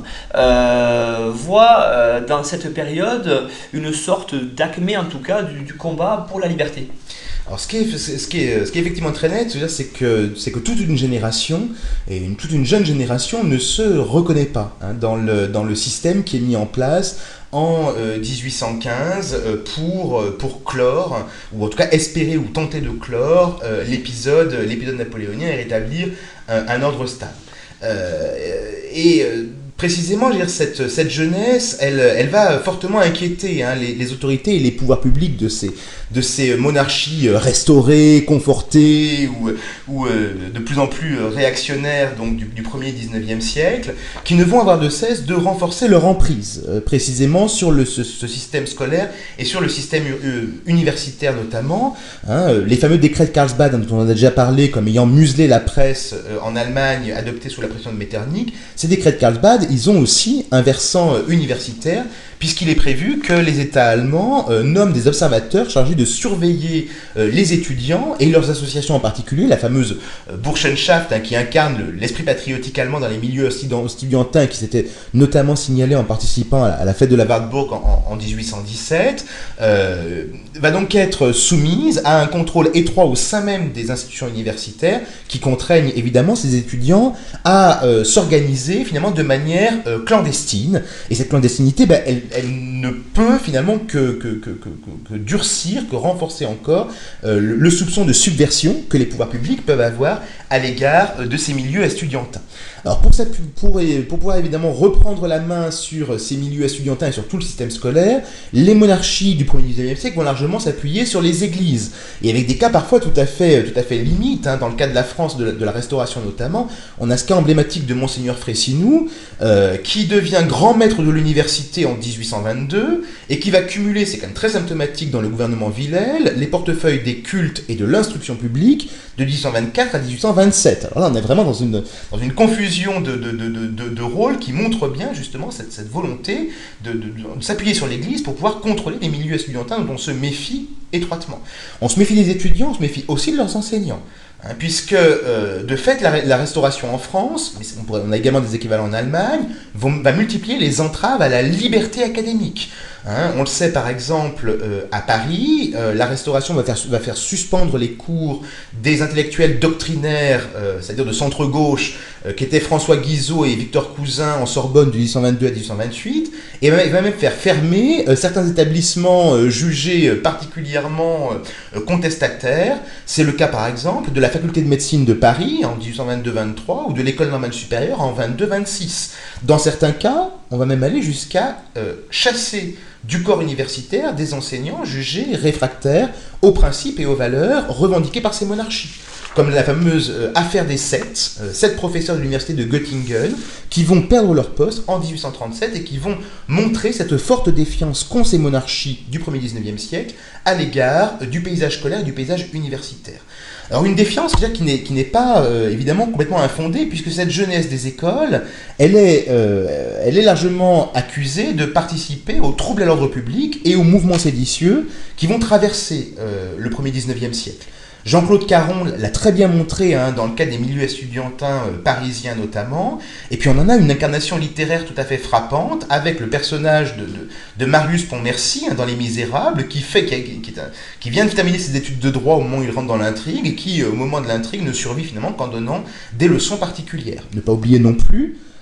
euh, voit euh, dans cette période une sorte d'acmé en tout cas du, du combat pour la liberté. Alors ce qui est, ce qui est, ce qui est effectivement très net, c'est que, c'est que toute une génération, et une, toute une jeune génération ne se reconnaît pas hein, dans, le, dans le système qui est mis en place en euh, dix-huit cent quinze euh, pour, pour clore, ou en tout cas espérer ou tenter de clore euh, l'épisode, l'épisode napoléonien et rétablir un, un ordre stable. Euh, et euh, Précisément, je veux dire, cette, cette jeunesse, elle, elle va fortement inquiéter hein, les, les autorités et les pouvoirs publics de ces, de ces monarchies restaurées, confortées ou, ou euh, de plus en plus réactionnaires donc, du, du premier dix-neuvième siècle, qui ne vont avoir de cesse de renforcer leur emprise, euh, précisément sur le, ce, ce système scolaire et sur le système euh, universitaire notamment. Hein, les fameux décrets de Karlsbad, dont on a déjà parlé, comme ayant muselé la presse euh, en Allemagne, adoptés sous la pression de Metternich, ces décrets de Karlsbad, ils ont aussi un versant universitaire, puisqu'il est prévu que les États allemands euh, nomment des observateurs chargés de surveiller euh, les étudiants et leurs associations en particulier, la fameuse euh, Burschenschaft, hein, qui incarne le, l'esprit patriotique allemand dans les milieux estudiantins, qui s'était notamment signalé en participant à la, à la fête de la Wartburg en, en, en dix-huit cent dix-sept, euh, va donc être soumise à un contrôle étroit au sein même des institutions universitaires, qui contraignent évidemment ces étudiants à euh, s'organiser finalement de manière euh, clandestine. Et cette clandestinité, ben, elle elle ne peut finalement que, que, que, que, que durcir, que renforcer encore euh, le, le soupçon de subversion que les pouvoirs publics peuvent avoir à l'égard de ces milieux estudiantins. Alors pour, ça, pour, pour pouvoir évidemment reprendre la main sur ces milieux estudiantins et sur tout le système scolaire, les monarchies du premier dix-neuvième siècle vont largement s'appuyer sur les églises, et avec des cas parfois tout à fait, tout à fait limites, hein, dans le cas de la France, de la, de la Restauration notamment, on a ce cas emblématique de Monseigneur Frayssinous, euh, qui devient grand maître de l'université en dix-huit cent vingt-deux, et qui va cumuler, c'est quand même très symptomatique dans le gouvernement Villèle, les portefeuilles des cultes et de l'instruction publique de dix-huit cent vingt-quatre à dix-huit cent vingt-sept. Alors là, on est vraiment dans une, dans une confusion de, de, de, de, de rôles qui montre bien justement cette, cette volonté de, de, de, de s'appuyer sur l'Église pour pouvoir contrôler les milieux estudiantins dont on se méfie étroitement. On se méfie des étudiants, on se méfie aussi de leurs enseignants. Hein, puisque, euh, de fait, la, la restauration en France, mais on, pourrait, on a également des équivalents en Allemagne, vont, va multiplier les entraves à la liberté académique. Hein, on le sait par exemple euh, à Paris, euh, la Restauration va faire, va faire suspendre les cours des intellectuels doctrinaires, euh, c'est-à-dire de centre-gauche, euh, qui étaient François Guizot et Victor Cousin en Sorbonne de dix-huit cent vingt-deux à dix-huit cent vingt-huit, et va, va même faire fermer euh, certains établissements euh, jugés particulièrement euh, contestataires. C'est le cas par exemple de la Faculté de médecine de Paris en dix-huit cent vingt-deux vingt-trois ou de l'École normale supérieure en vingt-deux vingt-six. Dans certains cas, on va même aller jusqu'à euh, chasser du corps universitaire des enseignants jugés réfractaires aux principes et aux valeurs revendiquées par ces monarchies. Comme la fameuse euh, affaire des sept, euh, sept professeurs de l'université de Göttingen qui vont perdre leur poste en dix-huit cent trente-sept et qui vont montrer cette forte défiance qu'ont ces monarchies du premier dix-neuvième siècle à l'égard euh, du paysage scolaire et du paysage universitaire. Alors une défiance qui n'est, qui n'est pas euh, évidemment complètement infondée, puisque cette jeunesse des écoles, elle est, euh, elle est largement accusée de participer aux troubles à l'ordre public et aux mouvements séditieux qui vont traverser euh, le premier dix-neuvième siècle. Jean-Claude Caron l'a très bien montré hein, dans le cadre des milieux estudiantins euh, parisiens notamment, et puis on en a une incarnation littéraire tout à fait frappante avec le personnage de, de, de Marius Pontmercy hein, dans Les Misérables, qui, fait, qui, qui, est un, qui vient de terminer ses études de droit au moment où il rentre dans l'intrigue, et qui au moment de l'intrigue ne survit finalement qu'en donnant des leçons particulières. Ne pas oublier non plus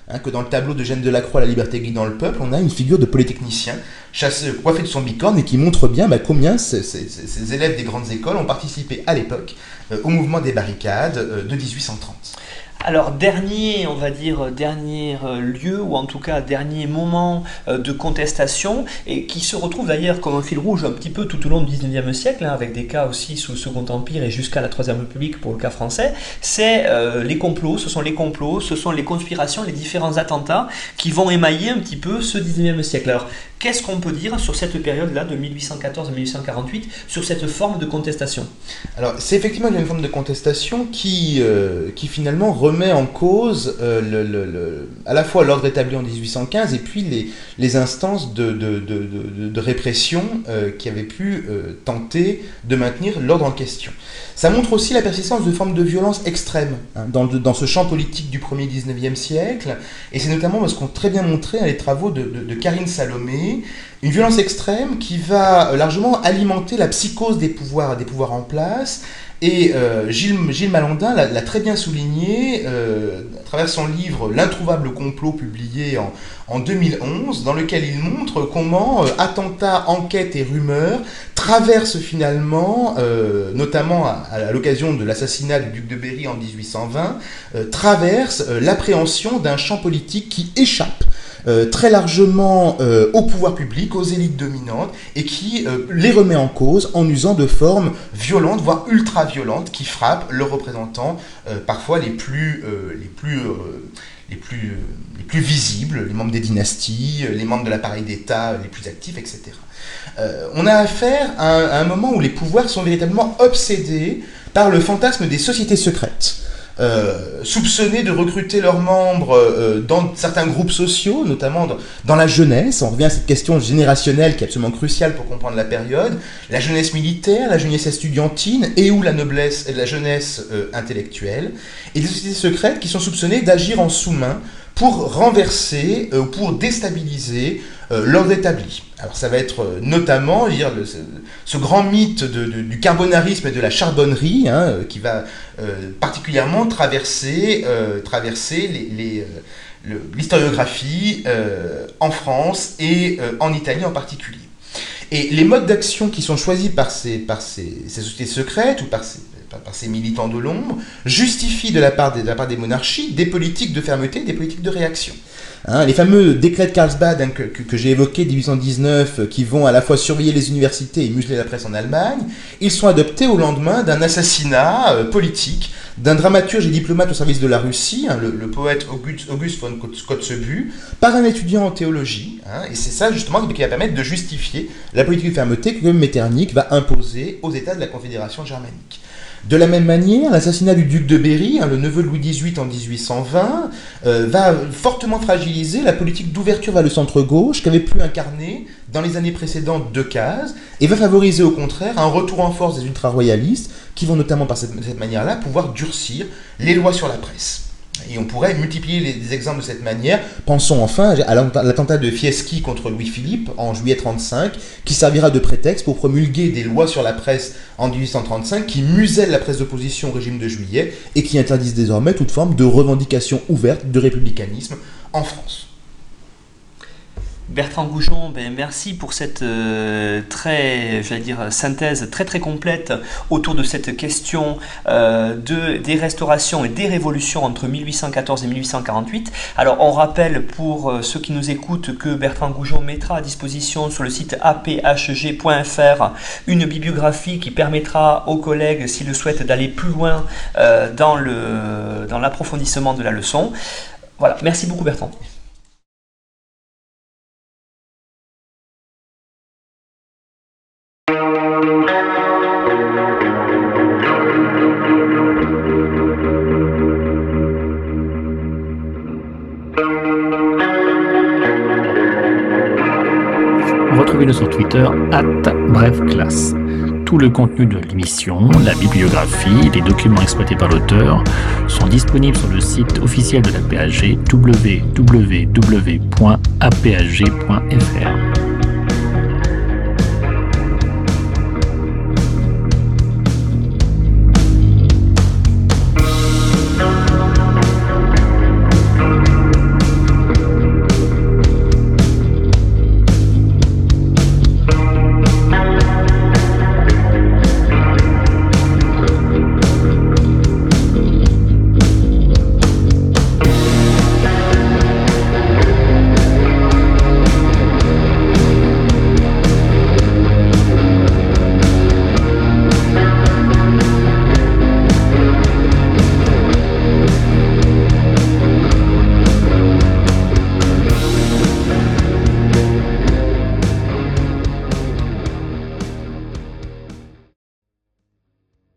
hein, que dans le tableau de Jeanne Delacroix, La liberté guidant le peuple, on a une figure de polytechnicien chassé, coiffé de son bicorne et qui montre bien bah, combien ces, ces, ces élèves des grandes écoles ont participé à l'époque euh, au mouvement des barricades euh, de dix-huit cent trente. Alors, dernier, on va dire, dernier lieu, ou en tout cas dernier moment de contestation, et qui se retrouve d'ailleurs comme un fil rouge un petit peu tout au long du dix-neuvième siècle, hein, avec des cas aussi sous le Second Empire et jusqu'à la Troisième République pour le cas français, c'est euh, les complots, ce sont les complots, ce sont les conspirations, les différents attentats qui vont émailler un petit peu ce dix-neuvième siècle. Alors, qu'est-ce qu'on peut dire sur cette période-là, de mille huit cent quatorze à mille huit cent quarante-huit, sur cette forme de contestation ? Alors, c'est effectivement une forme de contestation qui, euh, qui finalement remet en cause euh, le, le, le, à la fois l'ordre établi en dix-huit cent quinze et puis les, les instances de, de, de, de, de répression euh, qui avaient pu euh, tenter de maintenir l'ordre en question. Ça montre aussi la persistance de formes de violence extrêmes hein, dans, dans ce champ politique du premier dix-neuvième siècle, et c'est notamment ce qu'ont très bien montré hein, les travaux de, de, de Karine Salomé, une violence extrême qui va largement alimenter la psychose des pouvoirs, des pouvoirs en place. Et euh, Gilles, Gilles Malandin l'a, l'a très bien souligné euh, à travers son livre « L'introuvable complot » publié en, en deux mille onze, dans lequel il montre comment euh, attentats, enquêtes et rumeurs traversent finalement, euh, notamment à, à l'occasion de l'assassinat du duc de Berry en dix-huit cent vingt, euh, traversent euh, l'appréhension d'un champ politique qui échappe Euh, très largement euh, au pouvoir public, aux élites dominantes, et qui euh, les remet en cause en usant de formes violentes, voire ultra-violentes, qui frappent leurs représentants, euh, parfois les plus, euh, les plus, euh, les plus, euh, les plus visibles, les membres des dynasties, les membres de l'appareil d'État les plus actifs, et cetera. Euh, on a affaire à un, à un moment où les pouvoirs sont véritablement obsédés par le fantasme des sociétés secrètes. Euh, soupçonnés de recruter leurs membres euh, dans certains groupes sociaux, notamment dans, dans la jeunesse. On revient à cette question générationnelle qui est absolument cruciale pour comprendre la période. La jeunesse militaire, la jeunesse estudiantine et ou la noblesse et la jeunesse euh, intellectuelle. Et des sociétés secrètes qui sont soupçonnées d'agir en sous-main pour renverser, euh, pour déstabiliser euh, l'ordre établi. Alors ça va être euh, notamment dire, le, ce, ce grand mythe de, de, du carbonarisme et de la charbonnerie hein, euh, qui va euh, particulièrement traverser, euh, traverser les, les, euh, le, l'historiographie euh, en France et euh, en Italie en particulier. Et les modes d'action qui sont choisis par ces, par ces, ces sociétés secrètes ou par ces, par, par ces militants de l'ombre justifient de la part des, de la part des monarchies des politiques de fermeté, des politiques de réaction. Hein, les fameux décrets de Karlsbad hein, que, que, que j'ai évoqués dix-huit cent dix-neuf, qui vont à la fois surveiller les universités et museler la presse en Allemagne, ils sont adoptés au lendemain d'un assassinat euh, politique d'un dramaturge et diplomate au service de la Russie, hein, le, le poète August, August von Kotzebue, par un étudiant en théologie. Hein, et c'est ça justement qui va permettre de justifier la politique de fermeté que Metternich va imposer aux États de la Confédération germanique. De la même manière, l'assassinat du duc de Berry, hein, le neveu de Louis dix-huit en dix-huit cent vingt, euh, va fortement fragiliser la politique d'ouverture vers le centre-gauche qu'avait pu incarner dans les années précédentes Decazes, et va favoriser au contraire un retour en force des ultra-royalistes qui vont notamment par cette, de cette manière-là pouvoir durcir les lois sur la presse. Et on pourrait multiplier les, les exemples de cette manière. Pensons enfin à l'attentat de Fieschi contre Louis-Philippe en juillet trente-cinq, qui servira de prétexte pour promulguer des lois sur la presse en dix-huit cent trente-cinq qui musellent la presse d'opposition au régime de Juillet et qui interdisent désormais toute forme de revendication ouverte de républicanisme en France. Bertrand Goujon, ben merci pour cette euh, très, j'allais dire, synthèse très très complète autour de cette question euh, de, des restaurations et des révolutions entre mille huit cent quatorze et mille huit cent quarante-huit. Alors on rappelle pour euh, ceux qui nous écoutent que Bertrand Goujon mettra à disposition sur le site a p h g point f r une bibliographie qui permettra aux collègues, s'ils le souhaitent, d'aller plus loin euh, dans, le, dans l'approfondissement de la leçon. Voilà, merci beaucoup Bertrand. Retrouvez-le sur Twitter arobase brefclasse. Tout le contenu de l'émission, la bibliographie, les documents exploités par l'auteur sont disponibles sur le site officiel de l'A P H G w w w point a p h g point f r.